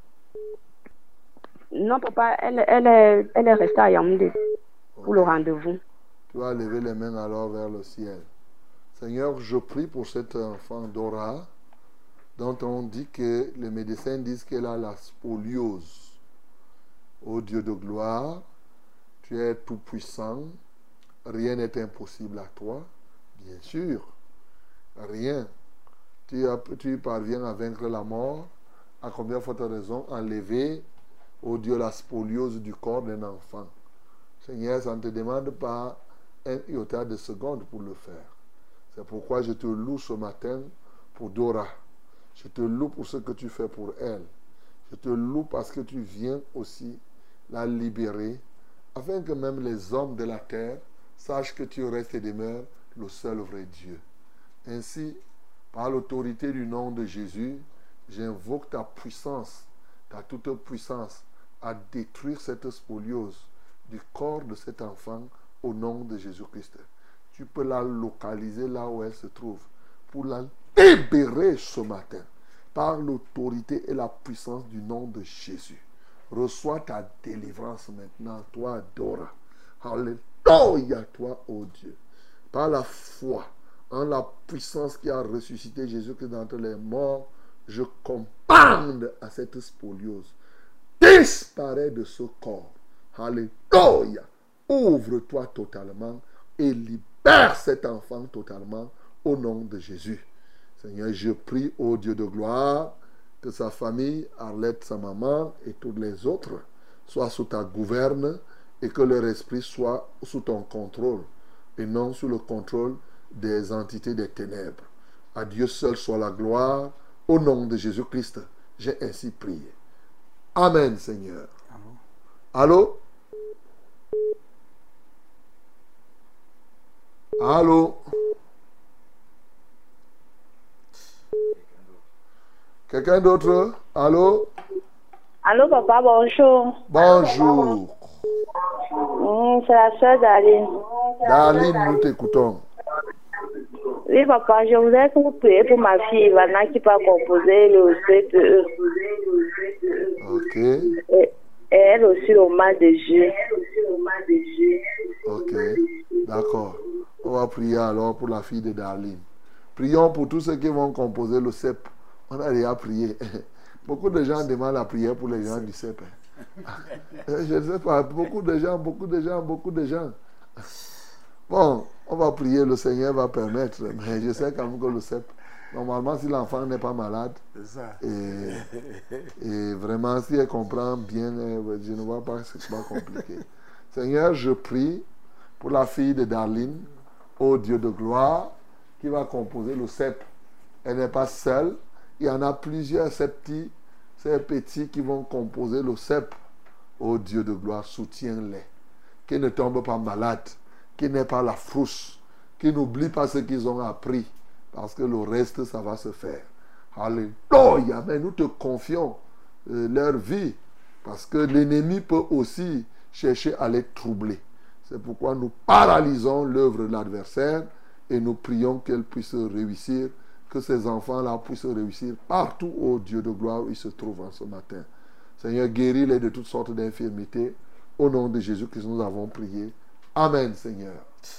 Non, papa, elle est restée à Yaoundé pour le rendez-vous. Tu vas lever les mains alors vers le ciel. Seigneur, je prie pour cet enfant Dora, dont on dit que les médecins disent qu'elle a la scoliose. Ô Dieu de gloire, tu es tout puissant, rien n'est impossible à toi, bien sûr, rien. Tu parviens à vaincre la mort, à combien forte raison enlever, ô Dieu, la scoliose du corps d'un enfant. Seigneur, ça ne te demande pas un iota de seconde pour le faire. C'est pourquoi je te loue ce matin pour Dora. Je te loue pour ce que tu fais pour elle. Je te loue parce que tu viens aussi la libérer, afin que même les hommes de la terre sachent que tu restes et demeures le seul vrai Dieu. Ainsi, par l'autorité du nom de Jésus, j'invoque ta puissance, ta toute puissance, à détruire cette scoliose du corps de cet enfant au nom de Jésus-Christ. Tu peux la localiser là où elle se trouve pour la libérer ce matin par l'autorité et la puissance du nom de Jésus. Reçois ta délivrance maintenant, toi, Dora. Alléluia, toi, ô Dieu. Par la foi en la puissance qui a ressuscité Jésus-Christ d'entre les morts, je commande à cette scoliose. Disparaît de ce corps. Alléluia. Ouvre-toi totalement et libère cet enfant totalement au nom de Jésus. Seigneur, je prie au Dieu de gloire que sa famille, Arlette, sa maman et tous les autres soient sous ta gouverne et que leur esprit soit sous ton contrôle et non sous le contrôle des entités des ténèbres. À Dieu seul soit la gloire. Au nom de Jésus-Christ, j'ai ainsi prié. Amen, Seigneur. Allô? Allô? Quelqu'un d'autre? Allô? Allô, papa, bonjour. Bonjour. C'est la soeur Darline. Darline, nous t'écoutons. Oui, papa, je voudrais que vous priez pour ma fille Ivana qui va composer le CPE. Ok. Et elle aussi au mal de Dieu. Ok, d'accord. On va prier alors pour la fille de Darline. Prions pour tous ceux qui vont composer le CEP. On a déjà prié. Beaucoup de gens demandent la prière pour les gens du CEP. Je ne sais pas, beaucoup de gens. Bon, on va prier, le Seigneur va permettre. Mais je sais quand même que le CEP, normalement, si l'enfant n'est pas malade, et vraiment, si elle comprend bien, je ne vois pas que ce soit compliqué. Seigneur, je prie pour la fille de Darline, ô Dieu de gloire, qui va composer le CEP. Elle n'est pas seule. Il y en a plusieurs, ces petits qui vont composer le CEP. Ô Dieu de gloire, soutiens-les. Qu'ils ne tombent pas malades, qu'ils n'aient pas la frousse, qu'ils n'oublient pas ce qu'ils ont appris, parce que le reste, ça va se faire. Alléluia, mais nous te confions leur vie, parce que l'ennemi peut aussi chercher à les troubler. C'est pourquoi nous paralysons l'œuvre de l'adversaire et nous prions qu'elle puisse réussir que ces enfants-là puissent réussir partout, ô Dieu de gloire, où ils se trouvent en ce matin. Seigneur, guéris-les de toutes sortes d'infirmités. Au nom de Jésus-Christ, nous avons prié. Amen, Seigneur.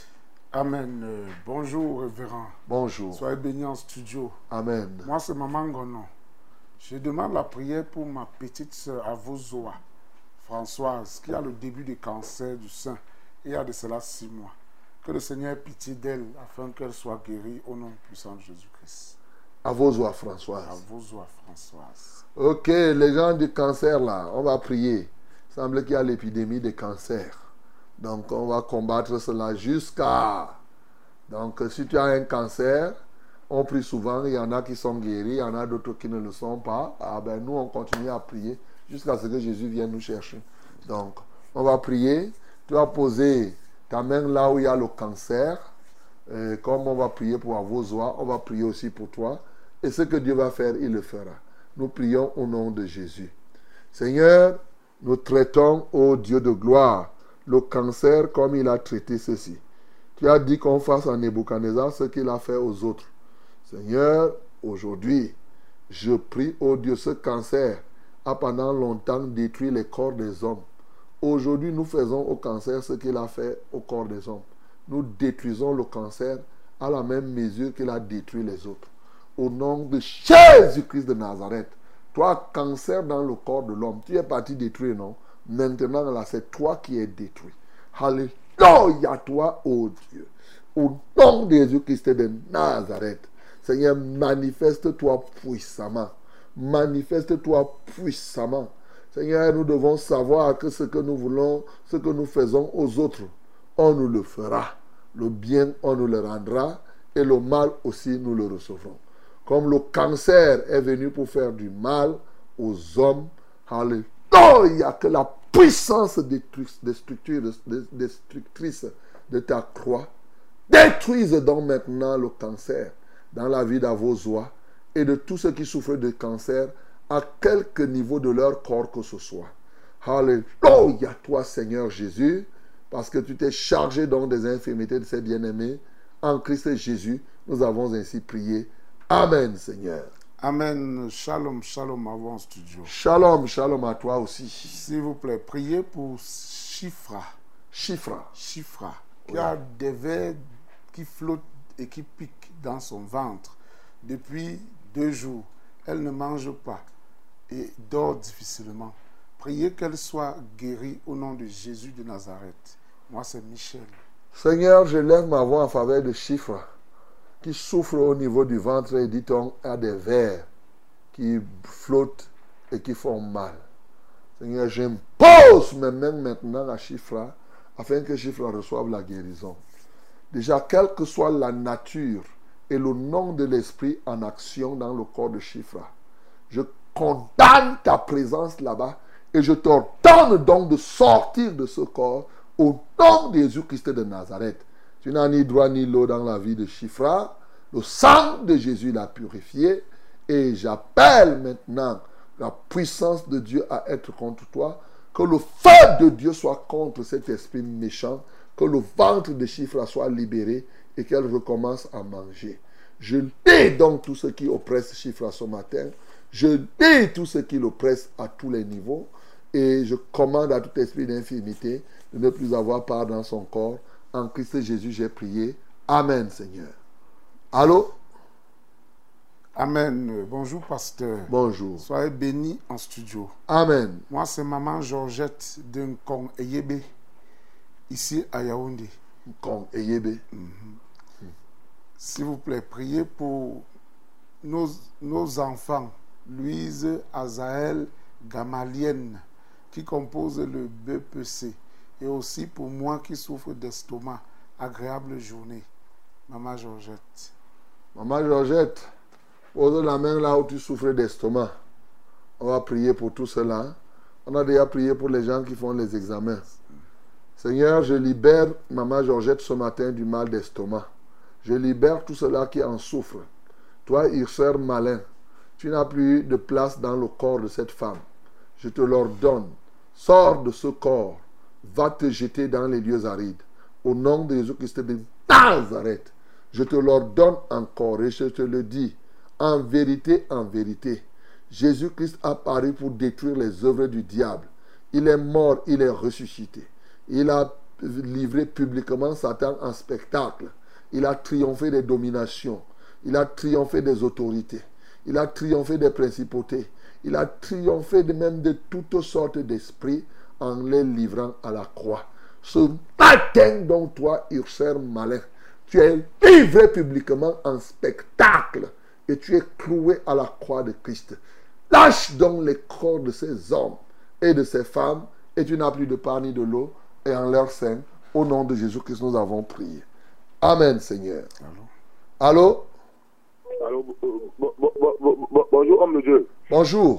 Amen. Bonjour, révérend. Bonjour. Soyez bénis en studio. Amen. Moi, c'est Maman Gonon. Je demande la prière pour ma petite sœur Avozoa, Françoise, qui a le début du cancer du sein et a de cela 6 mois. Que le Seigneur ait pitié d'elle afin qu'elle soit guérie au nom puissant de Jésus-Christ. Avozoa, Françoise. Avozoa, Françoise. Ok, les gens du cancer là, on va prier. Il semble qu'il y a l'épidémie de cancer. Donc, on va combattre cela jusqu'à... Donc, si tu as un cancer, on prie souvent, il y en a qui sont guéris, il y en a d'autres qui ne le sont pas. Ah ben, nous, on continue à prier jusqu'à ce que Jésus vienne nous chercher. Donc, on va prier. Tu vas poser ta main là où il y a le cancer. Comme on va prier pour Avozoa, on va prier aussi pour toi. Et ce que Dieu va faire, il le fera. Nous prions au nom de Jésus. Seigneur, nous traitons, ô Dieu de gloire, le cancer comme il a traité ceci. Tu as dit qu'on fasse à Nebuchadnezzar ce qu'il a fait aux autres. Seigneur, aujourd'hui, je prie, ô Dieu, ce cancer a pendant longtemps détruit les corps des hommes. Aujourd'hui, nous faisons au cancer ce qu'il a fait au corps des hommes. Nous détruisons le cancer à la même mesure qu'il a détruit les autres. Au nom de Jésus-Christ de Nazareth, toi, cancer dans le corps de l'homme, tu es parti détruire, non? Maintenant, là, c'est toi qui es détruit. Alléluia, toi, ô Dieu. Au nom de Jésus-Christ de Nazareth, Seigneur, manifeste-toi puissamment. Manifeste-toi puissamment. Seigneur, nous devons savoir que ce que nous voulons, ce que nous faisons aux autres, on nous le fera. Le bien, on nous le rendra. Et le mal aussi, nous le recevrons. Comme le cancer est venu pour faire du mal aux hommes, alléluia, que la puissance destructrice de ta croix détruise donc maintenant le cancer dans la vie d'Avozoa et de tous ceux qui souffrent de cancer à quelque niveau de leur corps que ce soit. Alléluia, toi Seigneur Jésus, parce que tu t'es chargé donc des infirmités de ces bien-aimés. En Christ Jésus, nous avons ainsi prié. Amen, Seigneur. Amen. Shalom, shalom à vous en studio. Shalom, shalom à toi aussi. S'il vous plaît, priez pour Chifra. Chifra. Chifra, qui a des vers qui flottent et qui piquent dans son ventre. Depuis 2 jours, elle ne mange pas et dort difficilement. Priez qu'elle soit guérie au nom de Jésus de Nazareth. Moi, c'est Michel. Seigneur, je lève ma voix en faveur de Chifra, qui souffre au niveau du ventre et dit-on a des vers qui flottent et qui font mal. Seigneur, j'impose mes mains maintenant à Chifra afin que Chifra reçoive la guérison. Déjà, quelle que soit la nature et le nom de l'esprit en action dans le corps de Chifra, je condamne ta présence là-bas et je t'ordonne donc de sortir de ce corps au nom de Jésus-Christ de Nazareth. Tu n'as ni droit ni lot dans la vie de Chifra. Le sang de Jésus l'a purifié. Et j'appelle maintenant la puissance de Dieu à être contre toi. Que le feu de Dieu soit contre cet esprit méchant. Que le ventre de Chifra soit libéré et qu'elle recommence à manger. Je dis donc tout ce qui oppresse Chifra ce matin. Je dis tout ce qui l'oppresse à tous les niveaux. Et je commande à tout esprit d'infirmité de ne plus avoir part dans son corps. En Christ Jésus, j'ai prié. Amen, Seigneur. Allô? Amen. Bonjour, pasteur. Bonjour. Soyez bénis en studio. Amen. Moi, c'est maman Georgette de Nkong Eyebe, ici à Yaoundé. Nkong Eyebe. S'il vous plaît, priez pour nos enfants, Louise, Azaël, Gamalienne, qui composent le BPC. Et aussi pour moi qui souffre d'estomac. Agréable journée. Maman Georgette. Maman Georgette, pose la main là où tu souffres d'estomac. On va prier pour tout cela. On a déjà prié pour les gens qui font les examens. Seigneur, je libère Maman Georgette ce matin du mal d'estomac. Je libère tout cela qui en souffre. Toi, Hirseur malin, tu n'as plus de place dans le corps de cette femme. Je te l'ordonne. Sors de ce corps. Va te jeter dans les lieux arides. Au nom de Jésus-Christ de Nazareth, Je te l'ordonne encore et je te le dis. En vérité, Jésus-Christ a paru pour détruire les œuvres du diable. Il est mort, il est ressuscité. Il a livré publiquement Satan en spectacle. Il a triomphé des dominations. Il a triomphé des autorités. Il a triomphé des principautés. Il a triomphé même de toutes sortes d'esprits en les livrant à la croix. Ce matin, donc toi, Urser malin, tu es livré publiquement en spectacle et tu es cloué à la croix de Christ. Lâche donc les corps de ces hommes et de ces femmes et tu n'as plus de pain ni de l'eau et en leur sein, au nom de Jésus-Christ, nous avons prié. Amen, Seigneur. Allô? Allô? Bonjour, homme de Dieu. Bonjour.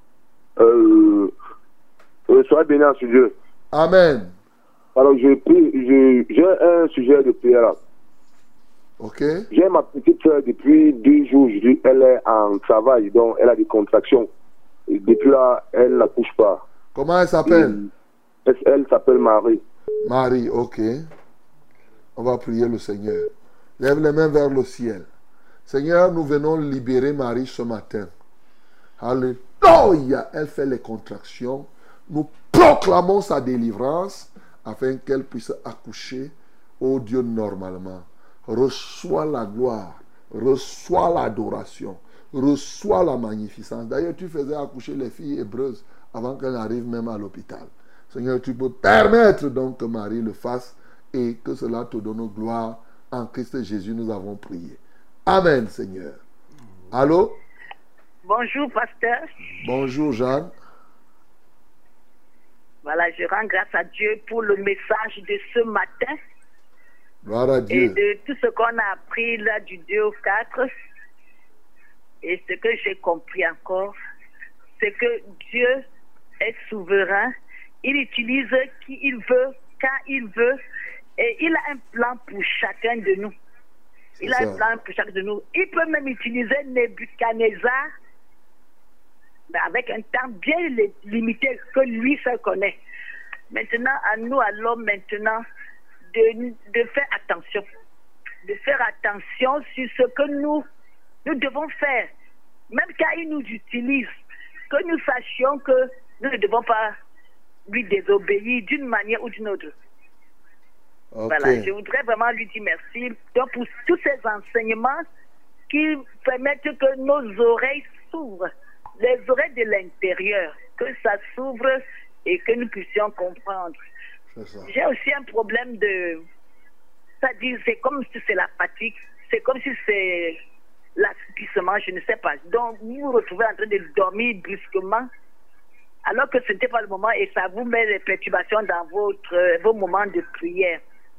Soyez béni en ce Dieu. Amen. Alors, j'ai un sujet de prière. Ok. J'ai ma petite soeur depuis 2 jours. Elle est en travail, donc elle a des contractions. Et depuis là, elle ne couche pas. Comment elle s'appelle? Elle s'appelle Marie. Marie, ok. On va prier le Seigneur. Lève les mains vers le ciel. Seigneur, nous venons libérer Marie ce matin. Alléluia. Elle fait les contractions. Nous proclamons sa délivrance afin qu'elle puisse accoucher, ô Dieu, normalement. Reçois la gloire, reçois l'adoration, reçois la magnificence. D'ailleurs, tu faisais accoucher les filles hébreuses avant qu'elles n'arrivent même à l'hôpital. Seigneur, tu peux permettre donc que Marie le fasse et que cela te donne gloire. En Christ Jésus, nous avons prié. Amen, Seigneur. Allô? Bonjour, pasteur. Bonjour, Jeanne. Voilà, je rends grâce à Dieu pour le message de ce matin. Gloire à Dieu. Et de tout ce qu'on a appris là du 2 au 4. Et ce que j'ai compris encore, c'est que Dieu est souverain. Il utilise qui il veut, quand il veut. Et il a un plan pour chacun de nous. Il a un plan pour chacun de nous. Il peut même utiliser Nebuchadnezzar avec un temps bien limité que lui seul connaît. Maintenant, à nous, à l'homme, maintenant, de faire attention. De faire attention sur ce que nous devons faire. Même quand il nous utilise, que nous sachions que nous ne devons pas lui désobéir d'une manière ou d'une autre. Okay. Voilà, je voudrais vraiment lui dire merci donc pour tous ces enseignements qui permettent que nos oreilles s'ouvrent, les oreilles de l'intérieur, que ça s'ouvre et que nous puissions comprendre. J'ai aussi un problème de... C'est-à-dire, c'est comme si c'est la fatigue, c'est comme si c'est l'assoupissement, je ne sais pas. Donc, vous vous retrouvez en train de dormir brusquement, alors que ce n'était pas le moment et ça vous met des perturbations dans vos moments de prière.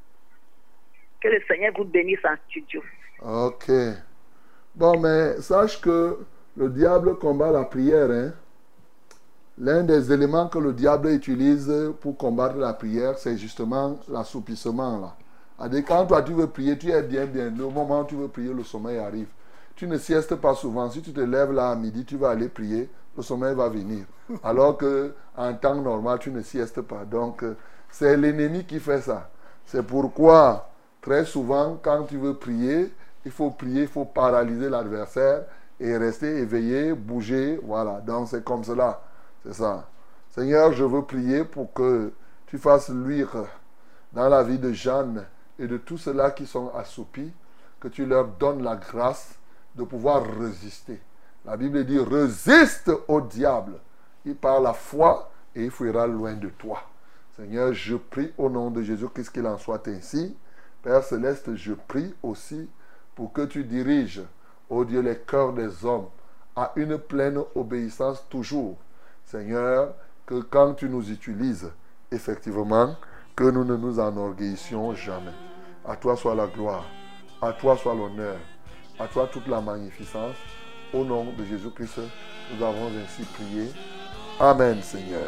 Que le Seigneur vous bénisse en studio. Ok. Bon, mais sache que le diable combat la prière. Hein? L'un des éléments que le diable utilise pour combattre la prière, c'est justement l'assoupissement. Là. Quand toi tu veux prier, tu es bien. Le moment où tu veux prier, le sommeil arrive. Tu ne siestes pas souvent. Si tu te lèves là à midi, tu vas aller prier, le sommeil va venir. Alors qu'en temps normal, tu ne siestes pas. Donc, c'est l'ennemi qui fait ça. C'est pourquoi, très souvent, quand tu veux prier, il faut paralyser l'adversaire et rester éveillé, bouger. Voilà, donc c'est comme cela. C'est ça. Seigneur, je veux prier pour que tu fasses luire dans la vie de Jeanne et de tous ceux-là qui sont assoupis, que tu leur donnes la grâce de pouvoir résister. La Bible dit, résiste au diable. Il par la foi et il fuira loin de toi. Seigneur, je prie au nom de Jésus-Christ qu'il en soit ainsi. Père Céleste, je prie aussi pour que tu diriges, ô Dieu, les cœurs des hommes à une pleine obéissance toujours. Seigneur, que quand tu nous utilises, effectivement, que nous ne nous enorgueillissions jamais. À toi soit la gloire, à toi soit l'honneur, à toi toute la magnificence. Au nom de Jésus-Christ, nous avons ainsi prié. Amen, Seigneur.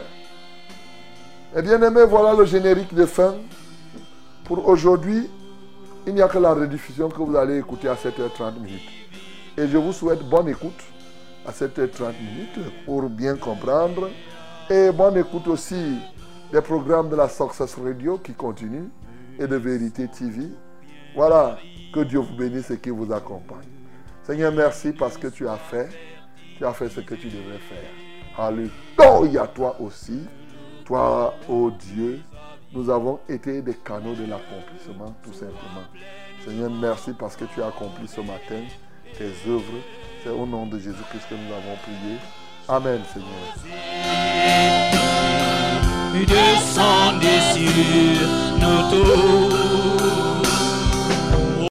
Eh bien aimés, voilà le générique de fin. Pour aujourd'hui, il n'y a que la rediffusion que vous allez écouter à 7h30. Et je vous souhaite bonne écoute à 7h30 pour bien comprendre. Et bonne écoute aussi des programmes de la Success Radio qui continuent et de Vérité TV. Voilà, Que Dieu vous bénisse et qu'il vous accompagne. Seigneur, merci parce que tu as fait ce que tu devais faire. Alléluia, toi aussi. Toi, ô Dieu, nous avons été des canaux de l'accomplissement, tout simplement. Seigneur, merci parce que tu as accompli ce matin tes œuvres. C'est au nom de Jésus-Christ que nous avons prié. Amen, Seigneur. Descendez sur notre